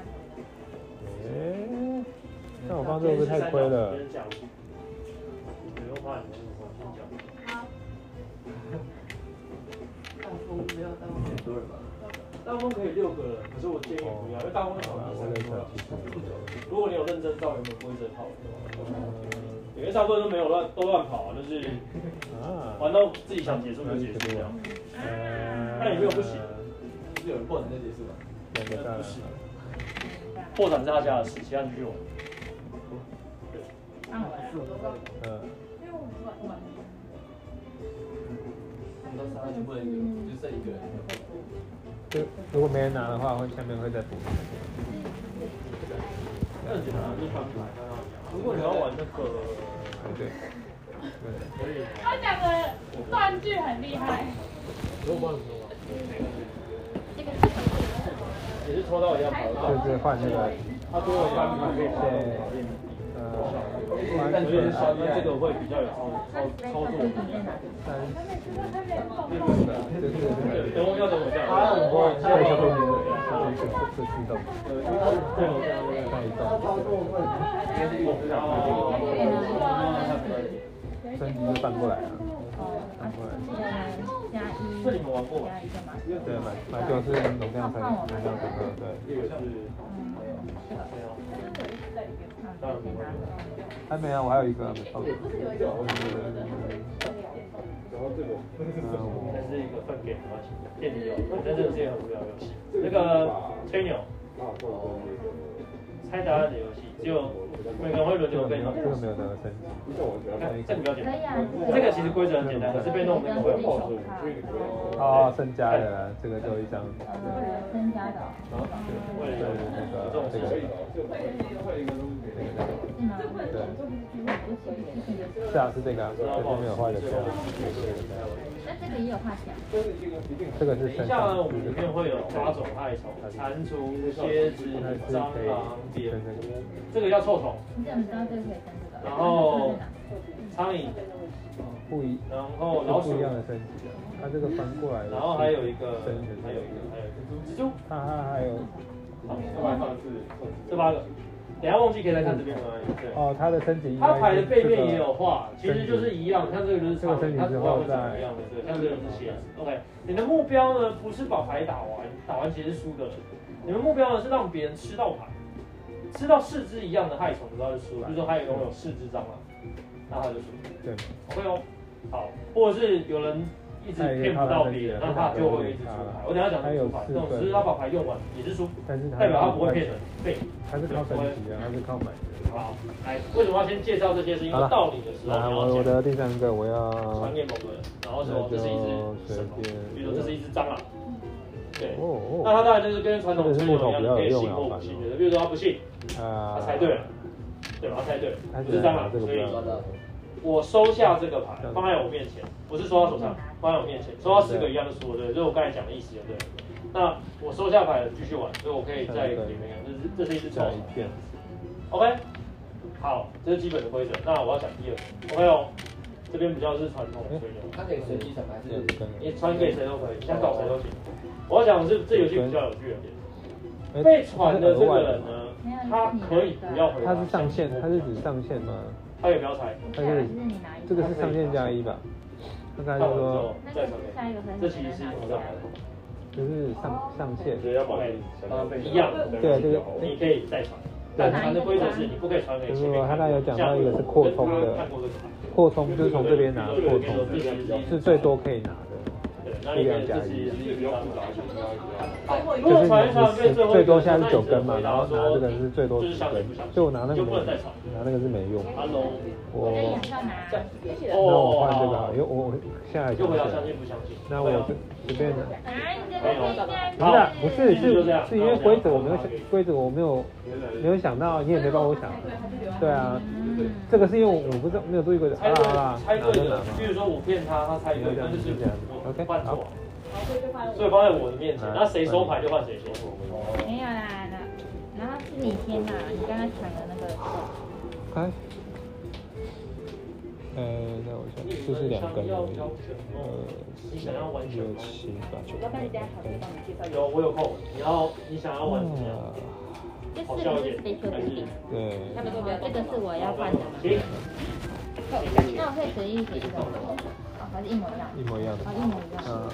诶，那我放这会不会太亏了？ 不用怕你们黄金角。 好。 大风没有大风很多人吧？ 大风可以六个人，可是我建议不要，因为大风场地三个。如果你有认真照原本规则跑的话，因为大部分都没有乱都乱跑，就是玩到自己想结束就结束这样。那也没有不行， 就是有人破产就结束了。 不行，破产是他家的事，其他你去玩。 那我来。 嗯。 他们都杀全部人，就剩一个人。 就如果没人拿的话，会下面会再补。 那很简单，就是翻牌。如果你要玩那个， 对， 对， 他讲的断句很厉害。 我帮你说吧。也是抽到一样跑道。 就是换那个。 他多了翻牌可以先。 呃， 但所以那这个会比较有操操操作。 三十。对对对。 等我要等我一下。 他我下一个会员。 是是自动， 对，因为它是对， 带动，升级就翻过来了，翻过来。 这你们玩过吗？ 对，买买就是容量分，容量分割，对。 这个是，当然不会。 还没啊，我还有一个没放。 然后这个，这是一个分给什么电子游，但这个是一个很无聊的游戏。这个吹牛，猜答案的游戏，只有每个人会轮流跟你。 这个没有得升级。 这个比较简单。这个其实规则很简单，可是被弄那个会有爆出。 哦，增加的这个就一张。 增加的。 为了那个这个。对。是啊，是这个啊，这边没有画的。 那这个也有画起来。 这个是。 等一下呢，我们里面会有八种害虫：蟾蜍、蝎子、蟑螂、蝙蝠。这个叫臭虫。 你怎么知道这个可以升这个？ 然后苍蝇。 不一。 然后老鼠。 不一样的升级啊，它这个翻过来。 然后还有一个，还有一个，还有一个蜘蛛。 它它还有。 这八个，这八个。等下忘记可以再看这边吗？对。 哦，它的升级。 它牌的背面也有画，其实就是一样，像这个就是这个升级之后再一样的，对，像这个是蝎子。OK， 你的目标呢不是把牌打完，打完其实是输的。你们目标呢是让别人吃到牌，吃到四只一样的害虫，知道就输。比如说他有拥有四只蟑螂，那他就输。 对。 OK 哦，好，或者是有人一直骗不到别人，那他就会一直出牌。我等下讲这个出牌，这种只是他把牌用完也是输，代表他不会骗人，对。 还是靠升级啊，还是靠买的。 好，来，为什么要先介绍这些？是因为到你的时候， 来，我我的第三个我要传给某个人，然后说这是一只什么？比如说这是一只蟑螂，对。哦哦。那他当然就是跟传统吹牛一样，你可以信或不信的。比如说他不信，他猜对了，对吧？他猜对了，不是蟑螂，所以我收下这个牌，放在我面前，不是收到手上，放在我面前，收到四个一样就输了，对，就是我刚才讲的意思，对。那我收下牌继续玩，所以我可以在里面看，这是这是一只臭虫。OK， 好，这是基本的规则。那我要讲第二个 ，OK 哦，这边比较是传统的吹牛。 它可以随机传还是？ 你传给谁都可以，你想找谁都行。我要讲的是这游戏比较有趣的点，被传的这个人呢，他可以不要回答。 他是上限，他是指上限吗？ 他也不要猜。 他是这个是上限加一吧？那刚才就说， 再传给，这其实是什么？ 就是上上限， 一样， 对这个你可以再传，但传的规则是你不可以传给前面。 他那有讲到一个是扩充的，扩充就是从这边拿扩充的，是最多可以拿的，力量加一。就是你最多现在是九根嘛，然后拿这个是最多十根，所以我拿那个没，拿那个是没用。我那我换这个好，因为我现在想起来，那我随便的。不是，不是，是是因为规则我没有想，规则我没有没有想到，你也没帮我想。对啊，这个是因为我不知道没有注意规则。 猜对了，猜对了。比如说我骗他，他猜对，那就是我犯错。所以放在我的面前，那谁收牌就换谁先。 没有啦，然后是你先啦，你刚刚传的那个。 哎。呃，那我想这是两根而已，呃，六七八九。 有，我有空。你要你想要玩什么样？ 好笑一点，还是？ 对。 这个是我要换的吗？ 行。 那我可以随意选一个，还是一模一样？ 一模一样的。 哦，一模一样。嗯。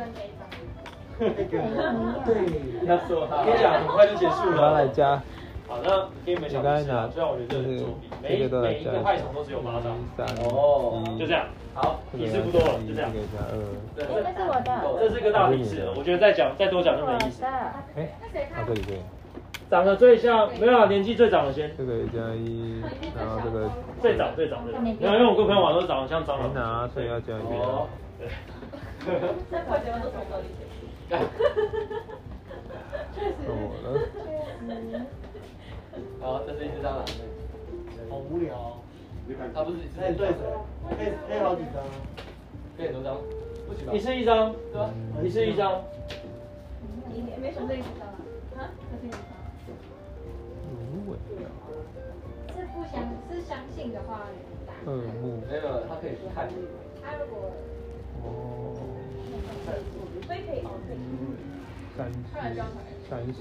对，要说他。跟你讲，很快就结束了。 我来加。 好，那给你们讲一下，虽然我觉得这是作弊，每每一个害虫都只有八张。哦，就这样。好，提示不多了，就这样。 这是我的。 这是个大提示，我觉得再讲再多讲就没意思。 哎，到这里对。 长得最像，没有啊，年纪最长的先。 这个加一，然后这个最早最早最早。没有，因为我跟朋友玩都长得像蟑螂。 拿，所以要加一。 哦。对。 三块钱都从这里写。 确实。 好，这是一只蟑螂。 好无聊哦。 他不是一只。 那你对谁？可以可以好几张啊。 可以很多张。不行吧？ 一次一张，对吧？一次一张。 你没选这一张啊？啊？这是一张。 芦苇啊。 是不相是相信的话， 二木。 没有，它可以看。 他如果。 哦。 所以可以哦，可以。 三十，三十。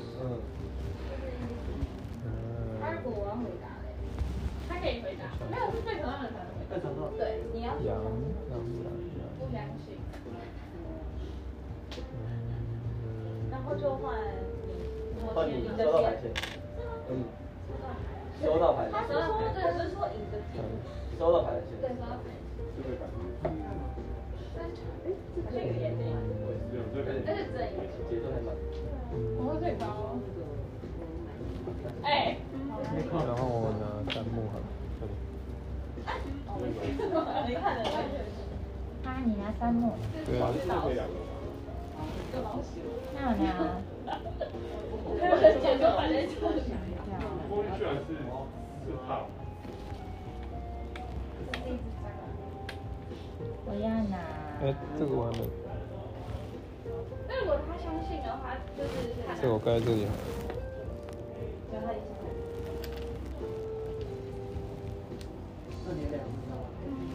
嗯。 他如果我要回答嘞，他可以回答，没有是最可爱的才能回答。 在床上。 对，你要。 羊羊羊羊。 不相信。 嗯。 然后就换你， 换你收到牌钱。嗯。收到牌。 他是说对，不是说赢的钱。 收到牌的钱。 对，收到牌。 就会改。 好像有点这样。但是真赢。 节奏太慢。 我会最高。哎。 然后我拿弹幕哈，这里。 没看的。 啊，你拿三幕。 对啊。 那我拿。 我的节奏反正就是。 摸进去还是是怕。 我要拿。 哎，这个我还没。 那如果他相信的话，就是这个我盖在这里。 就他一下。 那你两只吗？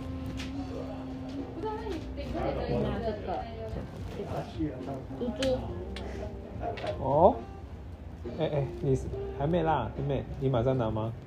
不知道那你顶多也可以拿这个。 猪猪。 哦。哎哎，你还没啦，妹妹，你马上拿吗？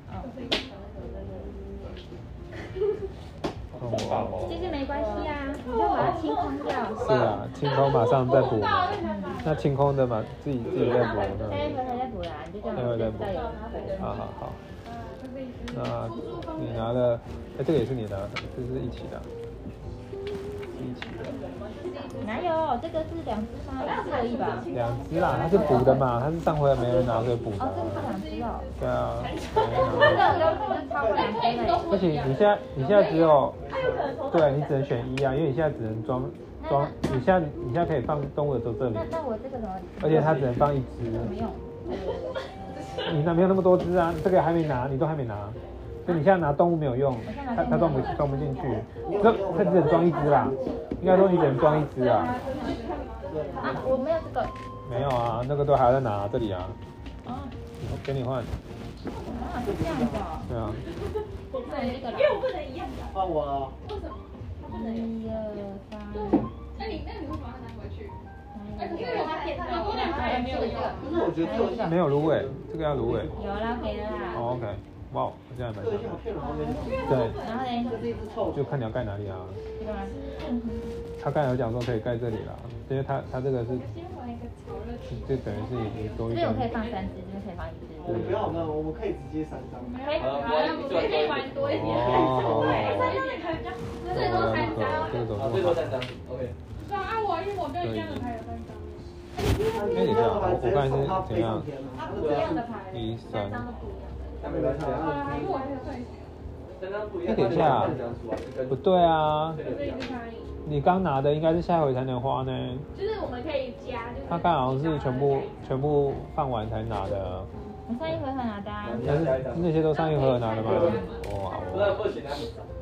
哦。其实没关系啊，你就把它清空掉。 是啊，清空马上再补。那清空的嘛，自己自己再补。 下一回还再补啦，你就这样再补。 好好好。那你拿的，哎，这个也是你的，这是一起的。一起的。 哪有？这个是两只吗？一只而已吧。 两只啦，它是补的嘛，它是上回没人拿所以补的。 哦，这个是两只哦。 对啊。 这个就超过两只了。 不行，你现在你现在只有，对你只能选一啊，因为你现在只能装装，你现在你现在可以放动物的只有这里。 那那我这个怎么？ 而且它只能放一只。 不用。 你那没有那么多只啊，这个还没拿，你都还没拿。所以你现在拿动物没有用，它它装不装不进去，这它只能装一只啦，应该说你只能装一只啊。 啊，我没有这个。 没有啊，那个都还要再拿这里啊。 哦。 给你换。 啊，是这样子哦。 对啊。 对，因为我不能一样的。 换我了。 为什么？ 一二三。 那你那你为什么要拿回去？ 哎， 因为我怕骗到，我两个没有用。 可是我觉得这个没有芦苇，这个要芦苇。 有啦，给了啦。 哦 OK， 哇，我现在买。 这个像骗人后面。 对。 然后呢？ 这是一只臭。 就看你要盖哪里啊。 这个吗？ 他刚才有讲说可以盖这里啦，因为他他这个是，就等于是你多一这边我可以放三只，这边可以放一只。 我们不要那，我们可以直接三张。 可以，好，我们可以玩多一点，对，三点可以比较，最多三张， 啊，最多三张 ，OK。 对啊，我因为我跟一样的牌有三张。 哎，你这样，我我刚才是怎样？ 啊，不一样的牌， 一三。 那没关系啊。 因为我还有对。 三张不一样。 哎，等一下，不对啊。你刚拿的应该是下回才能花呢。 就是我们可以加，就是。 他刚好像是全部全部放完才拿的。 你上一回合拿的啊？ 但是那些都上一回合拿的吗？哇， 不然不行啊。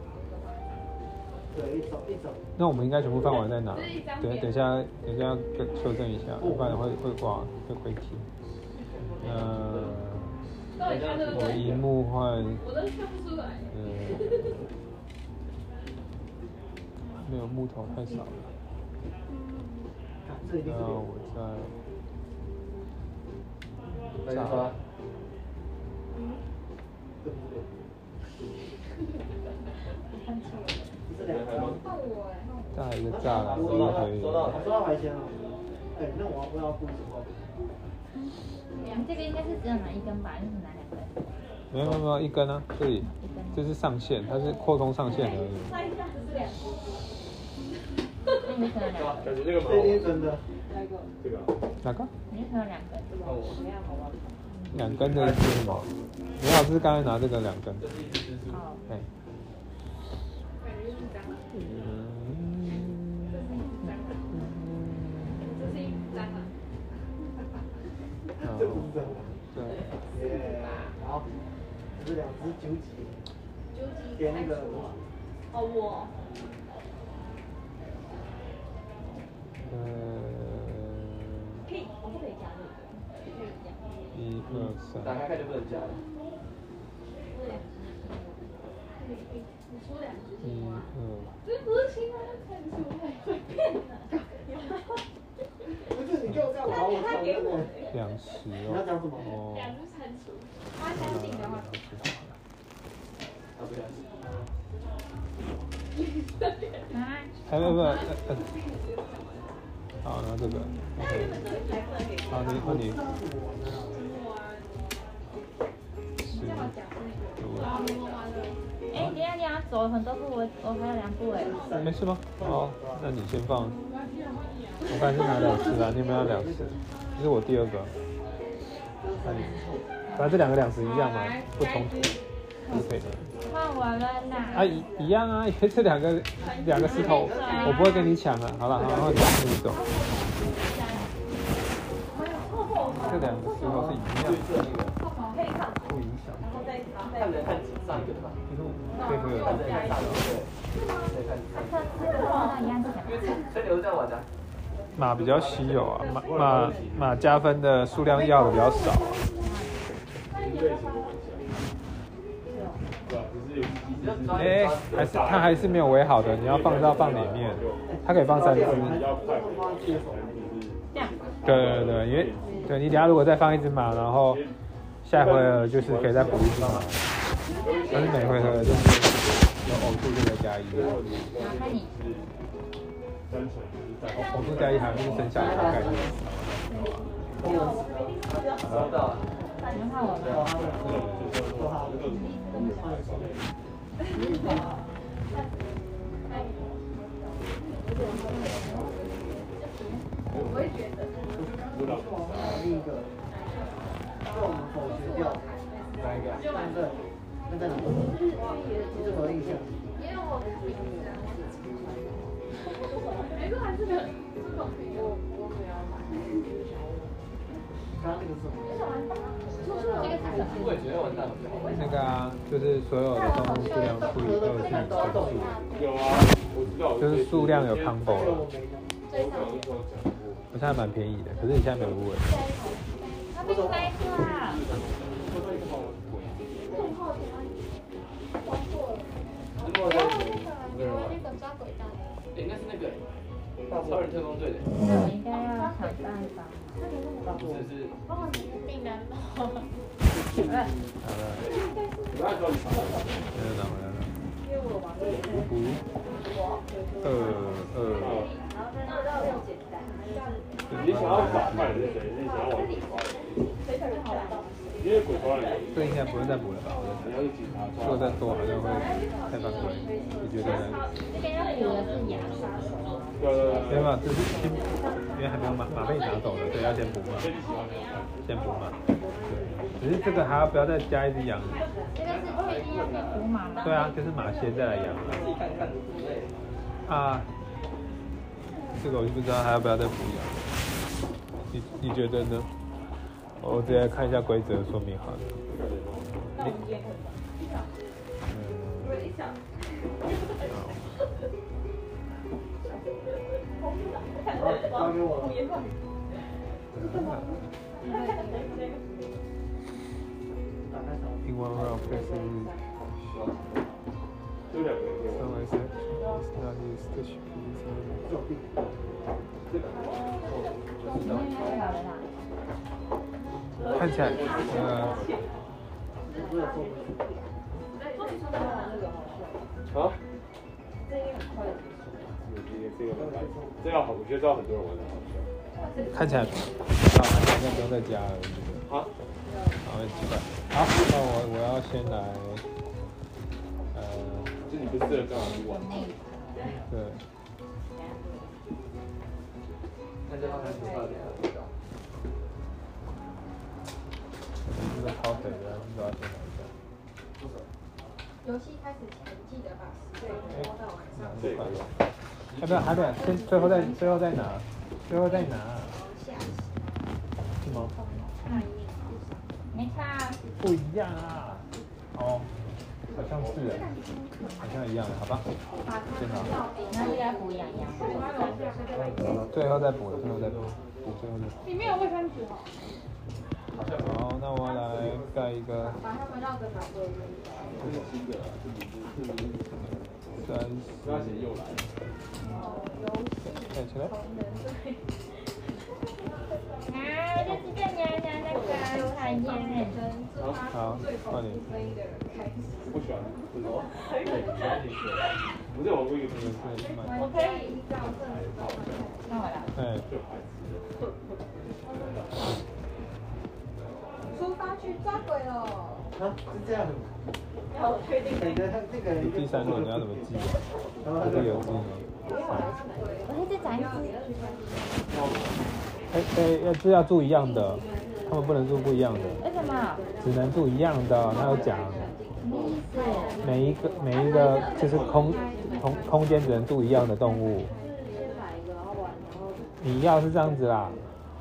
对，一走一走。 那我们应该全部放完再拿。对，等一下等一下修正一下，不然会会挂会亏题。呃，我一幕换。 我都看不出来。 嗯。没有木头太少了。那我再。 再刷。 再来一个炸了， 收到了，收到了， 收到牌签了。哎，那我我要付什么？ 你这个应该是只有拿一根吧？你是拿两根？ 没有没有没有一根啊，这里这是上限，它是扩充上限而已。 那一下只是两那你可能两个。 感觉这个蛮这一真的。 这个。 哪个？ 你可能两根。 两根的是什么？你好，这是刚才拿这个两根。 哦。 对。 这不是真的。对。耶，好，这是两只九几。 九几。 给那个。 哦，我。 呃。 可以，我不可以加入。 一二三。 打开看就不能加了。 你出两只。 一二。 这不是新的看出来会变的。 不是，你给我这样。 两十哦。哦。 两只蟾蜍，花香型的话。 还有不呃呃。好，然后这个 ，OK。好，你换你。是。 哎，等下你要走很多步，我我还有两步哎。 没事吗？好，那你先放。我刚才是拿两次啊，你有没有要两次？这是我第二个。那你，反正这两个两次一样嘛，不冲突，是可以的。 换我了啦。 啊一一样啊，因为这两个两个石头，我不会跟你抢啊。好了，好，然后你你走。这两个石头是一样的，不影响。 看人看上一个吧， 就是这个有。 所以你是这样玩的？ 马比较稀有啊，马马马加分的数量要的比较少啊。哎、欸，还是它还是没有围好的，你要放到放里面，它可以放三只。对对对，因为对你等下如果再放一只马，然后下回合就是可以再补一只马，但是每回合就是有偶数就再加一。偶数加一还不是生下来的概念。 收到了。 你们看我我也觉得。 第一个，让我们否决掉哪一个？那个，那在哪？你这个印象？ 因为我没错，还是个这种我我没有买。 刚刚那个是什么？ 我也觉得完蛋了。 那个啊，就是所有的动物数量除以二是整数。 有啊，我知道。 就是数量有 combo 了。我现在蛮便宜的，可是你现在没有入围。 他被塞住了。 如果在那个抓鬼蛋， 应该是那个超人特工队的。 那我应该要想办法。 不是是。 哦，你是病人哦。 好了。 不要说你。 没有拿回来了。五二二。 你想要反派的是谁？你想要玩鬼抓人？因为鬼抓人， 这应该不用再补了吧？ 你要是警察抓， 如果再多好像会太犯规，你觉得呢？ 这边要补的是牙刷。 对对对。 没有嘛，这是先，因为还没有马马被你拿走了，所以要先补嘛。先补嘛。对。只是这个还要不要再加一只羊？ 这个是确定要再补马吗？ 对啊，就是马先再来养。 自己看看的之类。 啊。这个我就不知道还要不要再补养，你你觉得呢？我直接看一下规则说明好了。你好，交给我。 In one round, person some exception is not used to ship this. 看起来，呃， 啊？这个这个好，我觉得这样很多人玩的好笑。 看起来，好，好像不用再加了，我觉得。 好， 好，很奇怪。好，那我我要先来，呃， 就你不适合这样去玩。 对。 那这方面不怕的。 这个超肥的，你都要先来一下。 游戏开始前记得把时间拖到晚上。 这个。 还没有，还没有，先最后再最后再拿，最后再拿。是吗？ 没差。 不一样啊。哦，好像是哎，好像一样的，好吧。先拿。 那应该补养养。 最后再补了，最后再补，补最后再补。 里面有卫生纸哦。 好，那我来盖一个。 把它们绕着拿过来。 这是新的，这是三十。 不要写又来。 盖起来。 再见。 好，换你。 不喜欢，为什么？我在玩过一个东西， 我可以找这里。那我来。 哎。 出发去抓鬼了。 啊，是这样。 要确定。 每个他那个人。 第三轮你要怎么记？这个有记吗？ 我可以再讲一次。 哎哎，要是要住一样的，他们不能住不一样的。 为什么？ 只能住一样的，他有讲。 什么意思？ 每一个每一个就是空空空间只能住一样的动物。你要是这样子啦，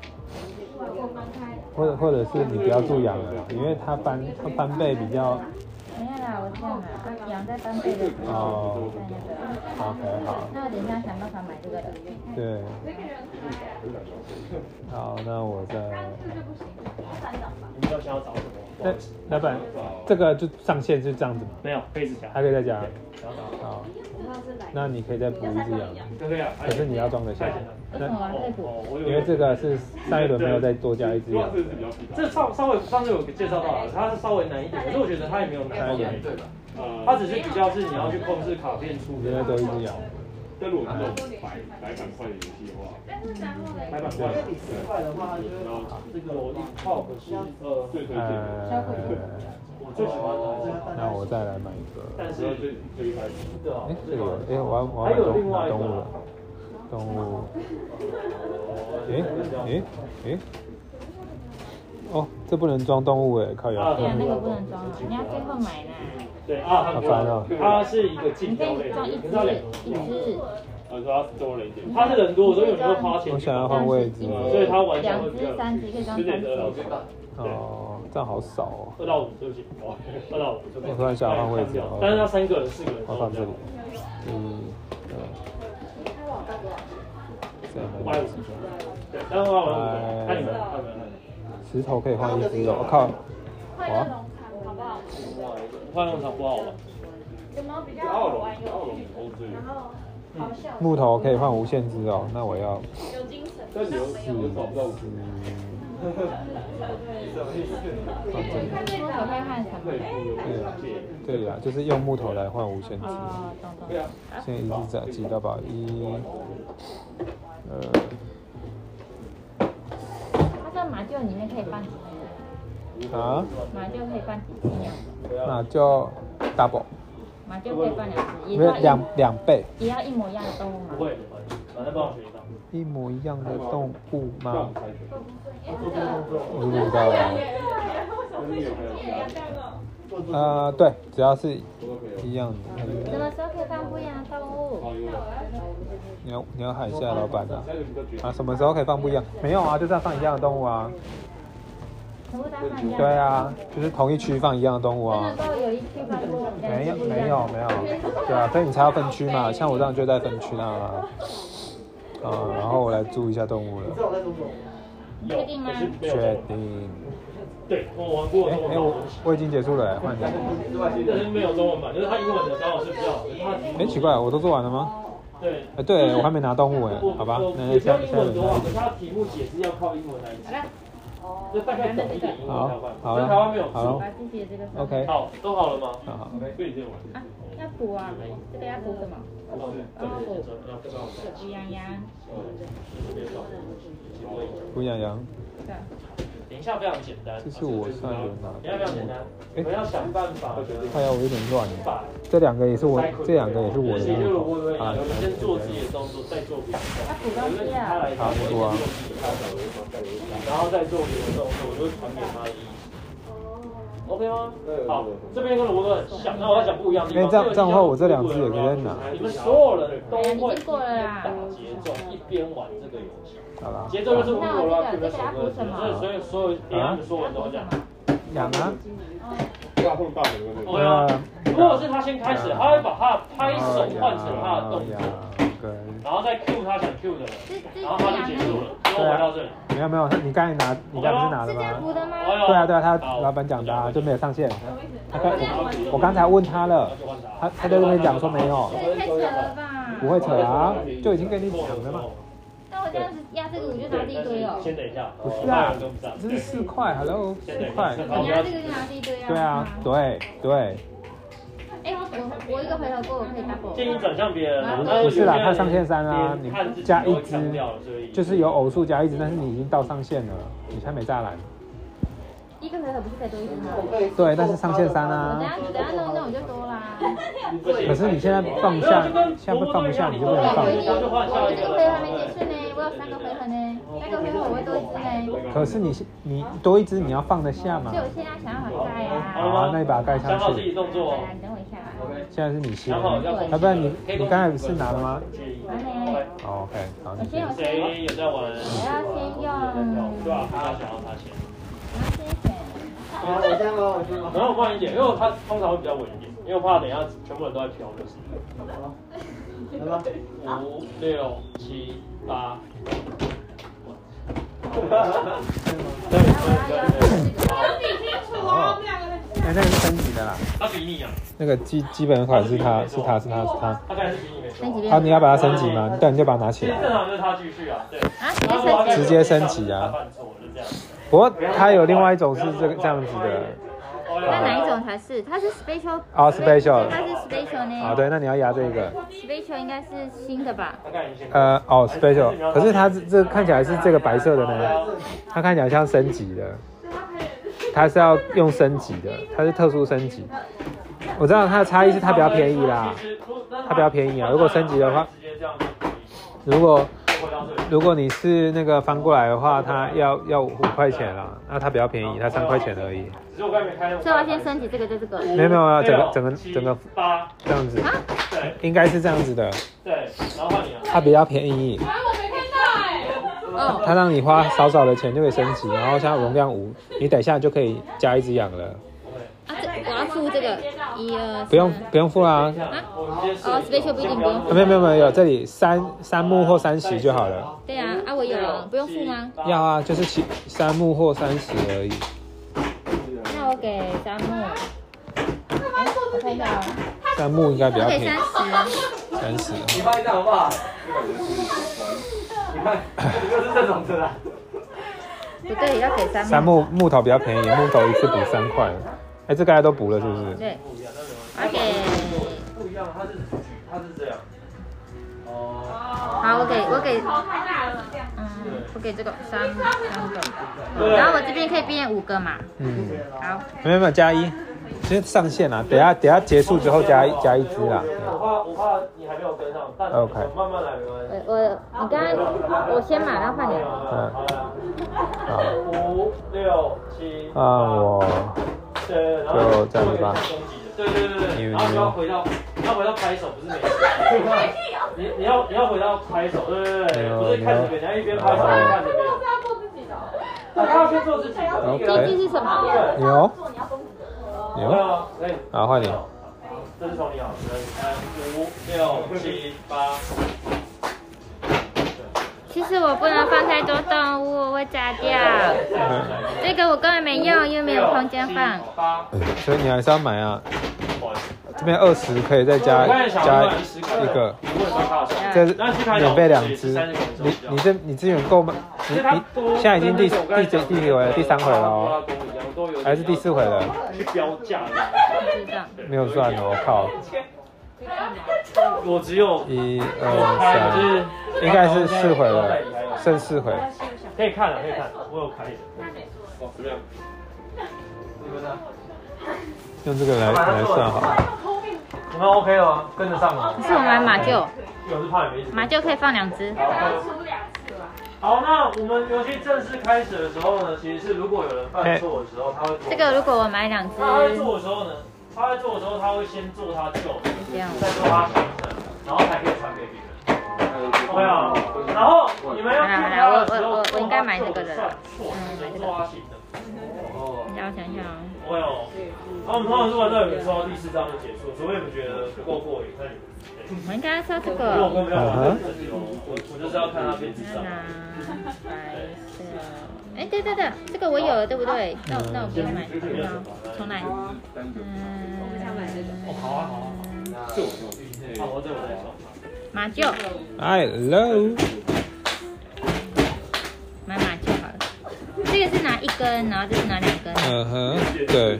或者或者是你不要住羊了，因为它翻它翻倍比较。 没有啦，我这样啦，啊，羊在翻倍的时候哦。 在那个。 OK 好。 那我等一下想办法买这个的。 对。好，那我再。 你要想要找什么？ 那老板，这个就上线是这样子吗？ 没有，可以自加。 还可以再加。 好。 那你可以再补一只羊。 对啊。 可是你要装得下。 为什么可以补？ 因为这个是上一轮没有再多加一只羊。 这稍稍微上次有介绍到了，它是稍微难一点，可是我觉得它也没有难一点。它只是比较是你要去控制卡片出。 因为都一只羊。 但如果是这种白白板块的游戏的话， 白板块， 你四块的话， 这个我一套可是呃最推荐的。 我最喜欢的。 那我再来买一个。 但是最最一开始的。 哎，这个有，哎，我要我要买动买动物了。动物。哎哎哎。哦，这不能装动物哎，靠腰。 对啊，那个不能装了，你要最后买呢。 对啊， 好烦哦。 它是一个竞标类， 装一只，一只。 我说它多了一点。 它是人多，所以有时候花钱。 我想要换位置， 所以它玩起来会比较。两只、三只可以装三只。 哦，这样好少哦。 二到五，对不起，二到五。 我突然想要换位置， 但是它三个人、四个人。 我放这里。嗯，对。 五百五十。对，然后我看你们，看你们。 石头可以换一只哦，我靠！哇！ 换农场不好玩。 有没有比较好玩有趣？然后好笑。 木头可以换无限只哦，那我要。 有精神。 但你有有找不到五只。 木头可以换什么？ 对对呀，就是用木头来换无限只。 哦，懂懂。 现在一直在记到吧？一，呃。 它这麻将里面可以放几只？ 啊？ 麻将可以放几只样？ 那就 double。 麻将可以放两只， 没有两两倍。 也要一模一样的动物吗？ 不会，反正帮我选一张。 一模一样的动物吗？我不知道啊。呃，对，只要是一样的。 什么时候可以放不一样的动物？ 你要你要喊一下老板啊！啊，什么时候可以放不一样？没有啊，就是要放一样的动物啊。对啊，就是同一区放一样的动物啊。 不能够有一区放没有没有没有，对啊，所以你才要分区嘛。像我这样就在分区那啊。啊，然后我来注意一下动物了。 确定吗？ 确定。 对，我玩过。 哎哎，我我已经结束了，换你。 但是没有中文版，就是它英文的刚好是比较好的。 哎，奇怪，我都做完了吗？ 对。 哎，对我还没拿动物哎，好吧，那下下轮到。可是它题目解释要靠英文来解。就大概懂一点英文才办。 好， 在台湾没有。 好。OK。 好，都好了吗？ 好好。 可以这样玩。 啊，要补啊，这个要补什么？ 哦，补。 补羊羊。 补羊羊。 对。 等一下非常简单。 这是我上轮拿的。 等一下非常简单。我们要想办法。 哎呀，我有点乱。这两个也是我，这两个也是我的。 啊，我们先做自己的动作，再做别的。 要补东西啊。 好，补啊。 然后再做别的动作，我就会传给他的意思。OK 吗？好，这边跟罗哥想，那我要讲不一样的地方。 哎，这样这样的话，我这两只也可以再拿。 你们所有人都会打节奏，一边玩这个游戏。 好了。 节奏就是如果啦，比如说首歌，所以所有等下所有人都这样。 养啊。 大后大很多。 对啊。如果是他先开始，他会把他的拍手换成他的动作。然后再 Q 他想 Q 的人，然后他就结束了，就玩到这里。 没有没有，你刚才拿，你刚才不是拿的吗？对啊对啊，他老板讲的啊，就没有上线。他刚我我刚才问他了，他他在这边讲说没有。 太扯了吧？ 不会扯啊，就已经跟你讲了嘛。 那我这样子压这个我就拿第一堆哦。 先等一下， 不是啊， 跟不上。 这是四块 ，Hello， 四块。 你压这个就拿第一堆啊。 对啊，对对。 哎，我我我一个回合过，我可以 double。 建议转向别人。 不是啦，看上限三啊，你加一只，就是有偶数加一只，但是你已经到上限了，你才没栅栏。 一个回合不是可以多一只吗？ 对，但是上限三啊。 等下等下弄弄我就多啦。 可是你现在放下，现在不放不下，你就不能放。 我这个回合还没结束呢，我有三个回合呢，三个回合我会多一只呢。 可是你你多一只，你要放得下嘛？ 所以我现在想要把它盖啊。 好啊，那你把它盖上去。 想好自己动作。 来，等我一下。 现在是你先，要不然你你刚才不是拿了吗？ 拿了。 哦 OK， 好，你先。 谁有在玩？ 我要先用。 对啊，他想要他先。 我要先选。 好，我先吗？我先吗？ 然后慢一点，因为它通常会比较稳一点，因为我怕等一下全部人都在飘，就是。 来吧。 五六七八。 对对对。 哦。哎，那个是升级的啦。 他比你啊。 那个基基本款是他是他是他是他。 他刚才是比你没错。 升级。 啊，你要把它升级吗？对，你就把它拿起来。 正常就是他继续啊，对。 啊， 直接升级啊。不过它有另外一种是这个这样子的。 那哪一种才是？它是 special。 哦 ，special。 它是 special 呢。 啊，对，那你要压这个。 special 应该是新的吧？ 呃，哦 ，special。可是它这这看起来是这个白色的呢，它看起来像升级的，它是要用升级的，它是特殊升级。我知道它的差异是它比较便宜啦，它比较便宜啊。如果升级的话，如果如果你是那个翻过来的话，它要要五块钱啦，那它比较便宜，它三块钱而已。 所以我要先升级这个，就这个。 没有没有，整个整个整个这样子， 对， 应该是这样子的。 对，然后换你了。 它比较便宜。 啊，我没看到哎。 哦。 它让你花少少的钱就可以升级，然后像容量五，你等一下就可以加一只羊了。 啊，这我要付这个一二。 不用不用付啦。 啊？哦 ，special 不一定不用付。 没有没有没有，这里三三木或三十就好了。 对啊，啊我有啊，不用付吗？ 要啊，就是七三木或三十而已。 那我给三木。哎，我看一下哦。 三木应该比较便宜。 三十。 三十。 你放一张好不好？你看，这个是这种的啦。 不对，要给三木。 三木木头比较便宜，木头一次补三块。哎，这大家都补了是不是？ 对。我给。 不一样，它是它是这样。哦。 好，我给我给。嗯，我给这个三三个。然后我这边可以变五个嘛。 嗯。 好。 没有没有加一，先上线啊，等下等下结束之后加一加一只啦。 我怕我怕你还没有跟上，但慢慢来没关系。 我我你刚刚我先买，然后换你。 嗯。 好。五六七。 啊我。 对，然后就这样子吧。 对对对对，然后你要回到，你要回到拍手，不是没事。你你要你要回到拍手，对对对，不是看这边，你要一边拍手一边看这边。 是要做自己的。 他要先做自己的。 第一句是什么？ 牛。牛。 可以。 好，换你。 这是从你好，三五六七八。 其实我不能放太多动物，我会炸掉。这个我根本没用，因为没有空间放。 所以你还是要买啊。这边二十可以再加加一个，这是免费两只。你你这你资源够吗？你你现在已经第第几第几回了？第三回了哦，还是第四回了？ 去标价没有算哦，我靠。 我只有一二三，应该是四回了，剩四回。 可以看了，可以看，我有开的。哦，怎么样？ 用这个来来算好。 你们 OK 了吗？跟得上吗？ 可是我买马厩， 马厩可以放两只。 好，那我们游戏正式开始的时候呢，其实是如果有人犯错的时候，他会做。 这个如果我买两只。 他在做的时候呢，他在做的时候，他会先做他旧的，再做他新的，然后才可以传给别人。OK 啊，然后你们要看他的时候， 我我应该买这个的。 嗯，买这个。 哦。让我想想啊。 我有。然后我们通常是玩到有人说到第四章就结束，除非你们觉得不够过瘾，那你们。 我应该要这个。 我没有玩这个，我我就是要看他变智商。 白色。哎，对对对，这个我有了，对不对？那我那我不用买，重来。嗯。 哦，好啊好啊。好，我这我再说。 马厩。 Hello。 一根，然后这是拿两根。 嗯哼，对。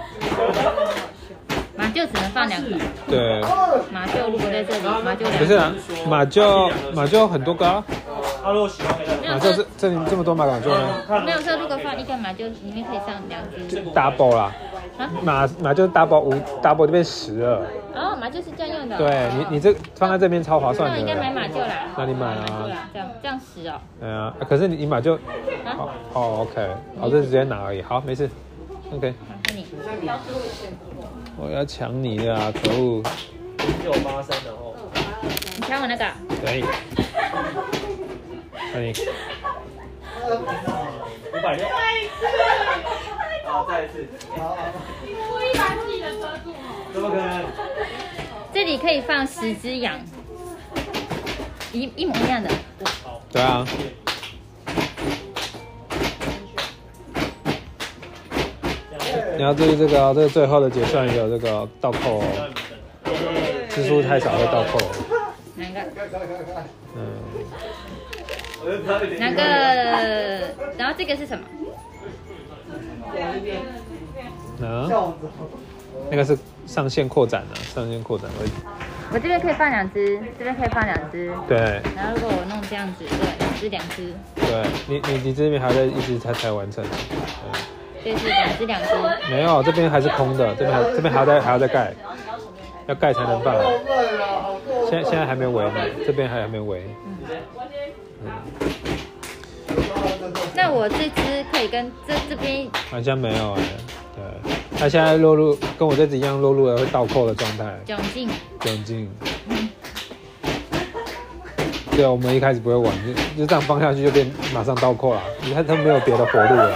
马厩只能放两个。 对。 马厩如果在这里，马厩两。 不是啊，马厩马厩很多个啊。 他如果喜欢给他。 马厩这这里这么多马厩呢？ 没有，这如果放一个马厩，里面可以上两只。 double 啦。啊、马马厩 double 五 double 这边十了。 哦，马厩是这样用的、哦。 对你你这放在这边超划算的。 那应该买马厩啦。 那你买啊？ 这样这样十哦。 对啊，可是你你马厩。 啊、 哦哦 OK， 好，这直接拿而已，好，没事 ，OK。 那你。 我要抢你的啊！可恶。 零九八三，然后。 你抢我那个。 对。那你。 五百六。 好，再一次。好。 你故意把自己的遮住哦。 怎么可能？ 这里可以放十只羊，一一模一样的。 对啊。然后至于这个，这个最后的结算也有这个倒扣哦，支出太少会倒扣。 哪个？ 嗯。 哪个？然后这个是什么？ 啊？那个是上限扩展啊，上限扩展位置。 我这边可以放两只，这边可以放两只。 对。 然后如果我弄这样子，对，两只两只。 对你你你这边还在一直才才完成。 这是两只两只。 没有，这边还是空的，这边还这边还要再还要再盖，要盖才能办。现在现在还没围呢，这边还还没围。嗯。 那我这只可以跟这这边好像没有哎、欸，对，它现在落入跟我这只一样落入了会倒扣的状态。 窘境。 窘境。对啊，我们一开始不会玩，就就这样放下去就变马上倒扣了，你看它没有别的活路了。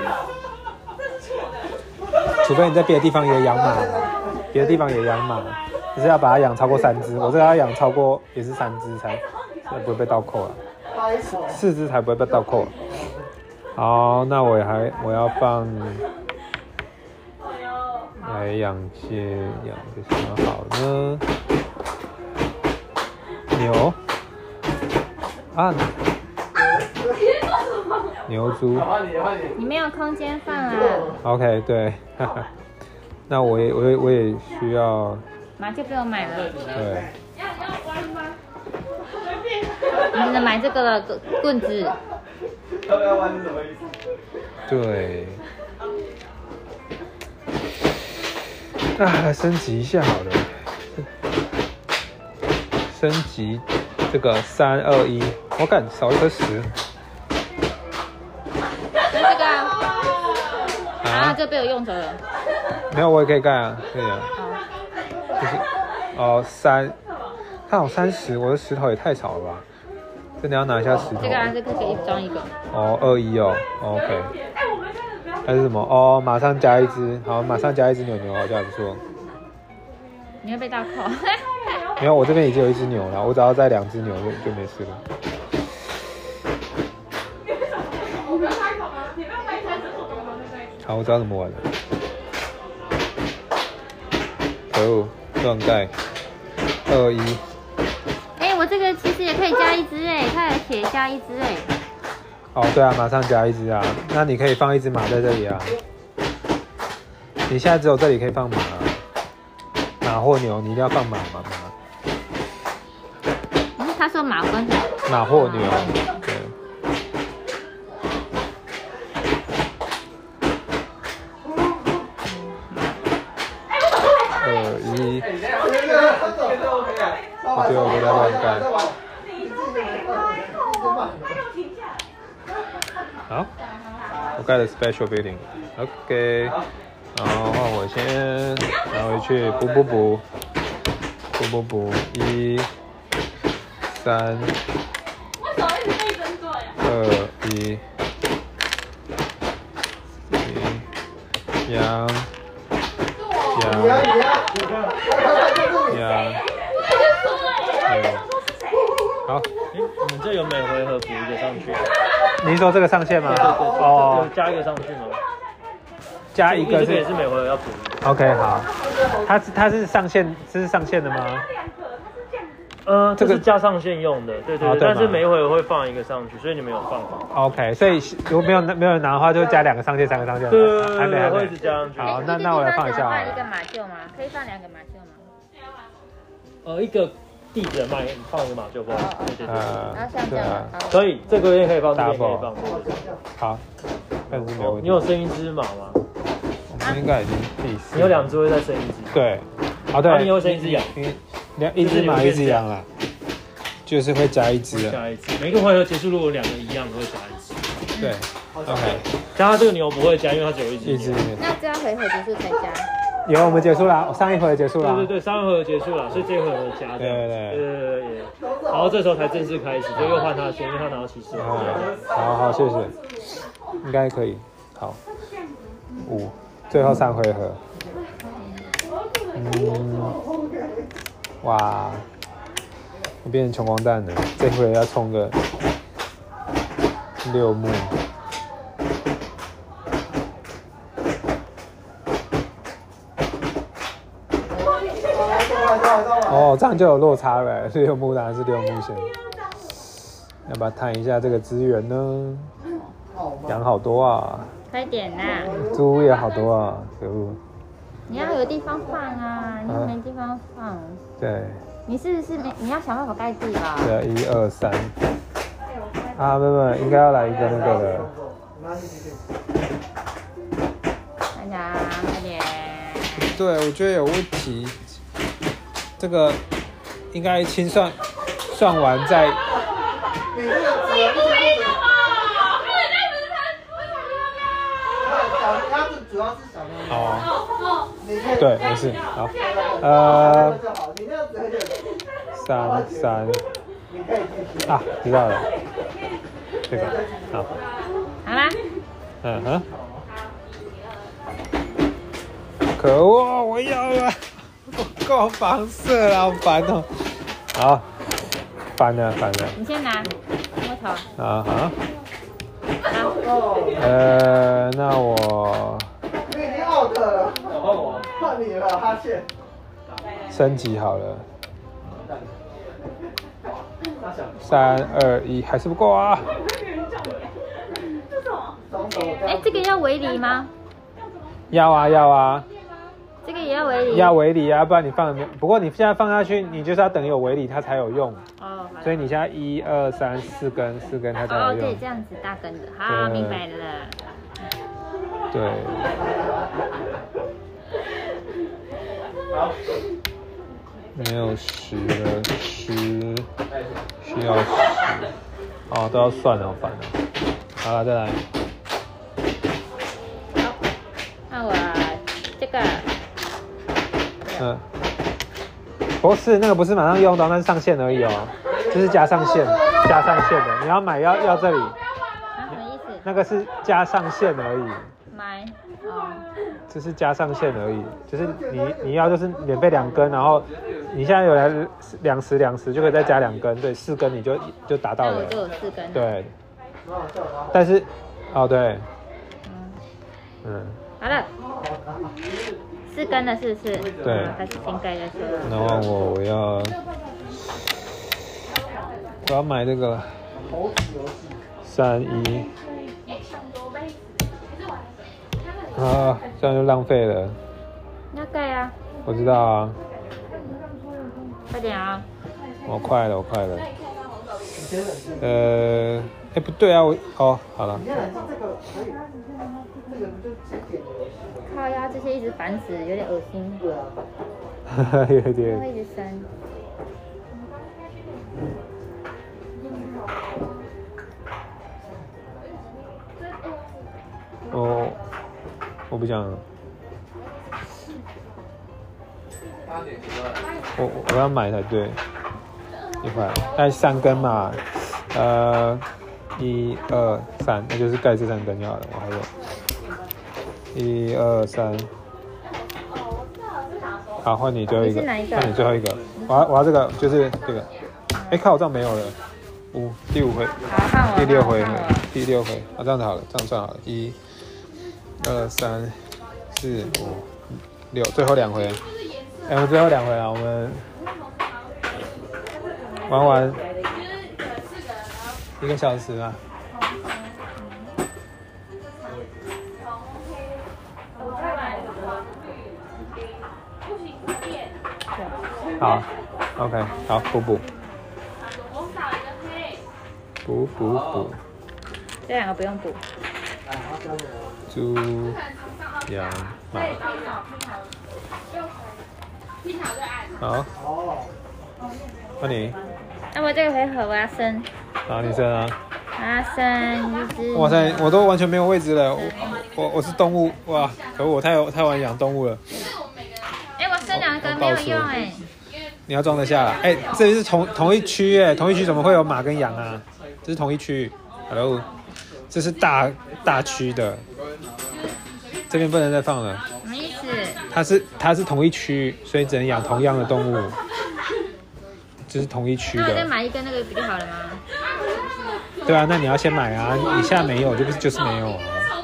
除非你在别的地方也养马，别的地方也养马，只是要把它养超过三只。我这要养超过也是三只才才不会被倒扣了，四只才不会被倒扣。好，那我还我要放来养些养个什么好呢？牛啊，牛猪。 你没有空间放啊。 OK， 对，哈哈。那我也我也我也需要。 马就被我买了。 对。 要要弯吗？ 你只能买这个了，棍子。 要不要弯是什么意思？ 对。啊，升级一下好了。升级这个三二一，我干少一颗十。 那这个啊，啊，这被我用走了。 没有，我也可以干啊，可以啊。就是哦，三，它有三十，我的石头也太少了吧？真的要拿一下石头。 这个啊，这个可以装一个。 哦，二一哦 ，OK。还是什么？哦，马上加一只，好，马上加一只牛牛，好像还不错。 你会被倒扣。 没有，我这边已经有一只牛了，我只要再两只牛就就没事了。好，我知道怎么玩了。可恶，断盖，二一。 哎，我这个其实也可以加一只哎，它有写加一只哎。 哦，对啊，马上加一只啊，那你可以放一只马在这里啊。你现在只有这里可以放马、啊，马或牛，你一定要放马嘛马。 嗯，他说马跟马或牛，对。二一，我觉得我在乱干。好，我盖了 special building，OK，、okay. 然后换我先拿回去补补补，补补补，一、三、二、一、一、羊、羊、羊，好， 哎，你们这有每回合补一个上去？ 你是说这个上限吗？ 对对对， 哦， 有加一个上去吗？ 加一个是， 这个也是每回合要补一个。 OK， 好，它是它是上限，这是上限的吗？ 呃， 这个这是加上线用的，对对对， 哦对但是每一回我会放一个上去，所以你们有放好。 OK， 所以如果没有没有人拿的话，就加两个上线，三个上线。 对对对， 还没还没会一直加上去。 好，那那我来放一下。 放一个马厩吗？可以放两个马厩吗？ 呃，一个地址的麦放一个马厩包，对对对。 然后像这样， 可以，这个也可以放，这个也可以放。 好，但是没有问题。 你有声音之马吗？ 我们应该已经第四。 你有两只会再生一只。 对，好对。 你有生一只羊， 两一只马一只羊啦，就是会加一只。 加一只，每个回合结束如果两个一样会加一只。 对 ，OK。 加上这个牛不会加，因为它只有一只。 一只。 那这样回合结束才加。 有，我们结束了，上一回合结束了。 对对对，上一回合结束了，所以这一回合加的。 对对对对对对。然后这时候才正式开始，就又换他先，因为他拿到骑士。 好好，谢谢。应该可以。好，五，最后三回合。嗯，哇，我变成穷光蛋了，这回要冲个六目。哦，这样就有落差了，六目当然是六目先。要不要探一下这个资源呢？羊好多啊！ 快点啦！ 猪也好多啊，可恶！ 你要有地方放啊，你没地方放。 对。 你是不是没？你要想办法盖地吧。 对，一二三。啊，没有，应该要来一个那个了。 大家快点。 对，我觉得有问题。这个应该清算，算完再。 你这个只能不是它是主要是小喵。 哦。对，没事。好。呃。三三。啊，知道了。这个好。 好啦。 嗯哼。可恶，我要了。不够防射了，好烦哦。好，翻了翻了。 你先拿摸头。 啊哈。 好。 呃，那我。 你已经 out 了，换你了，哈欠。 升级好了。三二一，还是不够啊。 哎，这个要围篱吗？ 要啊要啊。 这个也要围篱， 要围篱啊，不然你放没。不过你现在放下去，你就是要等有围篱它才有用。 哦， 所以你现在一二三四根，四根它才有用。 哦，对，这样子大根的，好，明白了。 对。没有十了，十需要十。哦，都要算了，好烦哦。好了，再来。 好，那我这个。 嗯，不是那个不是马上用到，那是上线而已哦，这是加上线，加上线的，你要买要要这里。 啊，什么意思？ 那个是加上线而已。 买，哦。 这是加上线而已，就是你你要就是免费两根，然后你现在有来两十两十就可以再加两根，对，四根你就就达到了。 那我就有四根。 对。但是，哦对。 嗯。 嗯。 好了。四根了是不是？ 对。 开始先盖再说。 然后我我要我要买这个三一啊，这样就浪费了。 要盖啊。 我知道啊。 快点啊！ 我快了，我快了。呃，哎不对啊，我哦好了。 靠呀，这些一直烦死，有点恶心。 对啊。 哈哈，有点。 会一直生。 哦，我不讲了。我我要买才对。一块，盖三根嘛，呃，一二三，那就是盖这三根就好了。我还有。一二三，好，换你最后一个，换你最后一个，我要我要这个，就是这个，哎、欸，看我这样没有了，五第五回，第六回合，第六回，啊，这样子好了，这样算好了，一、二、三、四、五、六，最后两回，哎、欸，我们最后两回啊，我们玩完一个小时啊。好 ，OK， 好，补补，补补补， 这两个不用补。 猪、羊、马。好，那你？ 那我这个回合我要升。 好，你升啊。 我要升一只。 哇塞，我都完全没有位置了，我我我是动物，哇，可恶，我太太晚养动物了。 哎，我升两个没有用哎。 你要装得下啦，哎、欸，这里是同同一区哎，同一区怎么会有马跟羊啊？这是同一区 ，Hello， 这是大大区的，这边不能再放了。 什么意思？ 它是它是同一区，所以只能养同样的动物，这是同一区的。 那我再买一个那个不就好了吗？ 对啊，那你要先买啊，你现在没有就不是就是没有啊。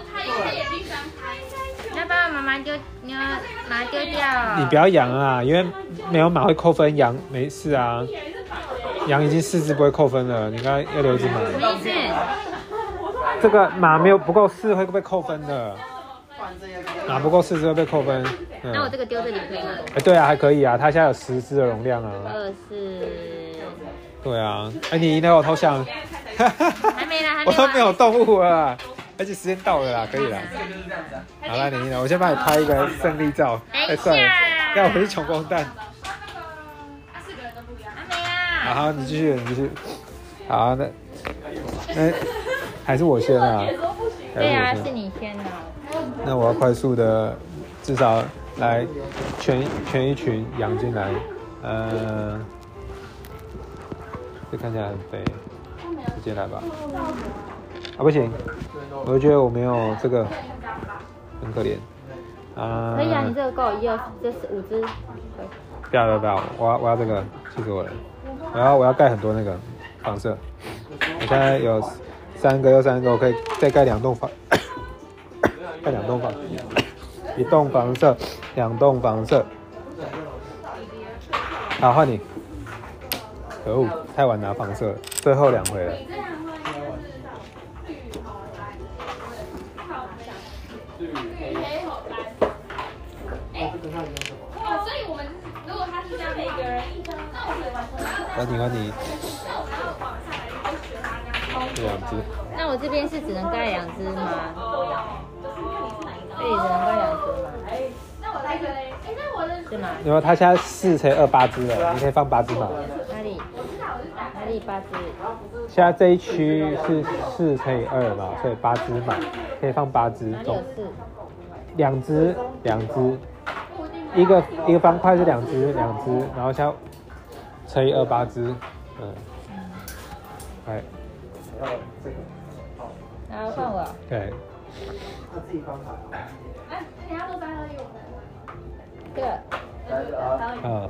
那爸爸妈妈丢，你要把它丢掉。 你不要养啊，因为没有马会扣分，羊没事啊。羊已经四只不会扣分了，你刚刚要留一只马。 什么意思？ 这个马没有不够四会被扣分的，马不够四只会被扣分。 嗯、那我这个丢这里可以吗？ 哎、欸，对啊，还可以啊，它现在有十只的容量啊。 二四。 对啊，哎、欸，你赢了我投降。 还没啦，还没。 我都没有动物了，而且时间到了啦，可以了。好啦，你赢了，我先帮你拍一个胜利照。太帅了，要回去穷光蛋。好，好，你继续，你继续。好，那那还是我先啊。 对啊，是你先啊。 那我要快速的，至少来圈圈一群羊进来。呃，这看起来很肥，直接来吧。啊，不行，我觉得我没有这个，很可怜。啊。 可以啊，你这个够，一二，这是五只。 不要不要不要，我要我要这个，气死我了！我要我要盖很多那个房舍，我现在有三个又三个，我可以再盖两栋房，盖两栋房，一栋房舍，两栋房舍。好，换你。可恶，太晚拿房舍了，最后两回了。换你换你，两只。 那我这边是只能盖两只吗？这里只能盖两只吗？是吗？ 因为它现在四乘二八只了，你可以放八只马。 哪里？哪里八只？ 现在这一区是四乘以二嘛，所以八只马可以放八只。 哪里有四？两只，两只，一个一个方块是两只，两只，然后像。乘以二八只，嗯，哎， 然后这个，好， 然后换我。 对。 他自己放卡。 哎，你要做三合一我们。 这个。 嗯。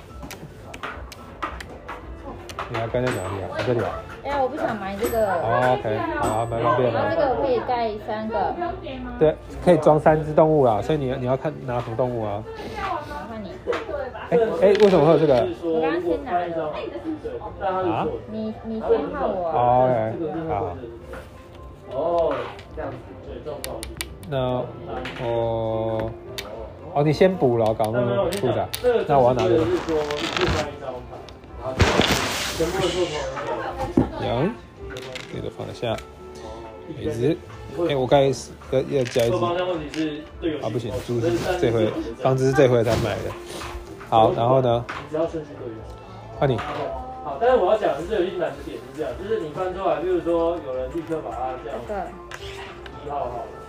你要盖在哪里啊？在这里啊？ 哎呀，我不想买这个。 哦 ，OK， 好，蛮方便的。 这个我可以盖三个。 对，可以装三只动物啦，所以你你要看拿什么动物啊？ 换你。 哎哎，为什么会有这个？ 我刚刚先拿了。 啊？ 你你先换我。 哦 ，OK， 好。 哦，这样子，对，状况。 那我，哦，你先补了，搞那么复杂。那我要拿这个。 是说一次翻一张卡，然后全部的做同一个。 羊，给它放下。一只。哎、欸，我刚才要要加一只。啊，不行，猪是这回，房子是这回才买的。好，然后呢？ 你只要顺序对就行。 换你。 好，但是我要讲的是，这游戏难的点是这样，就是你翻出来，比如说有人立刻把它这样一号号。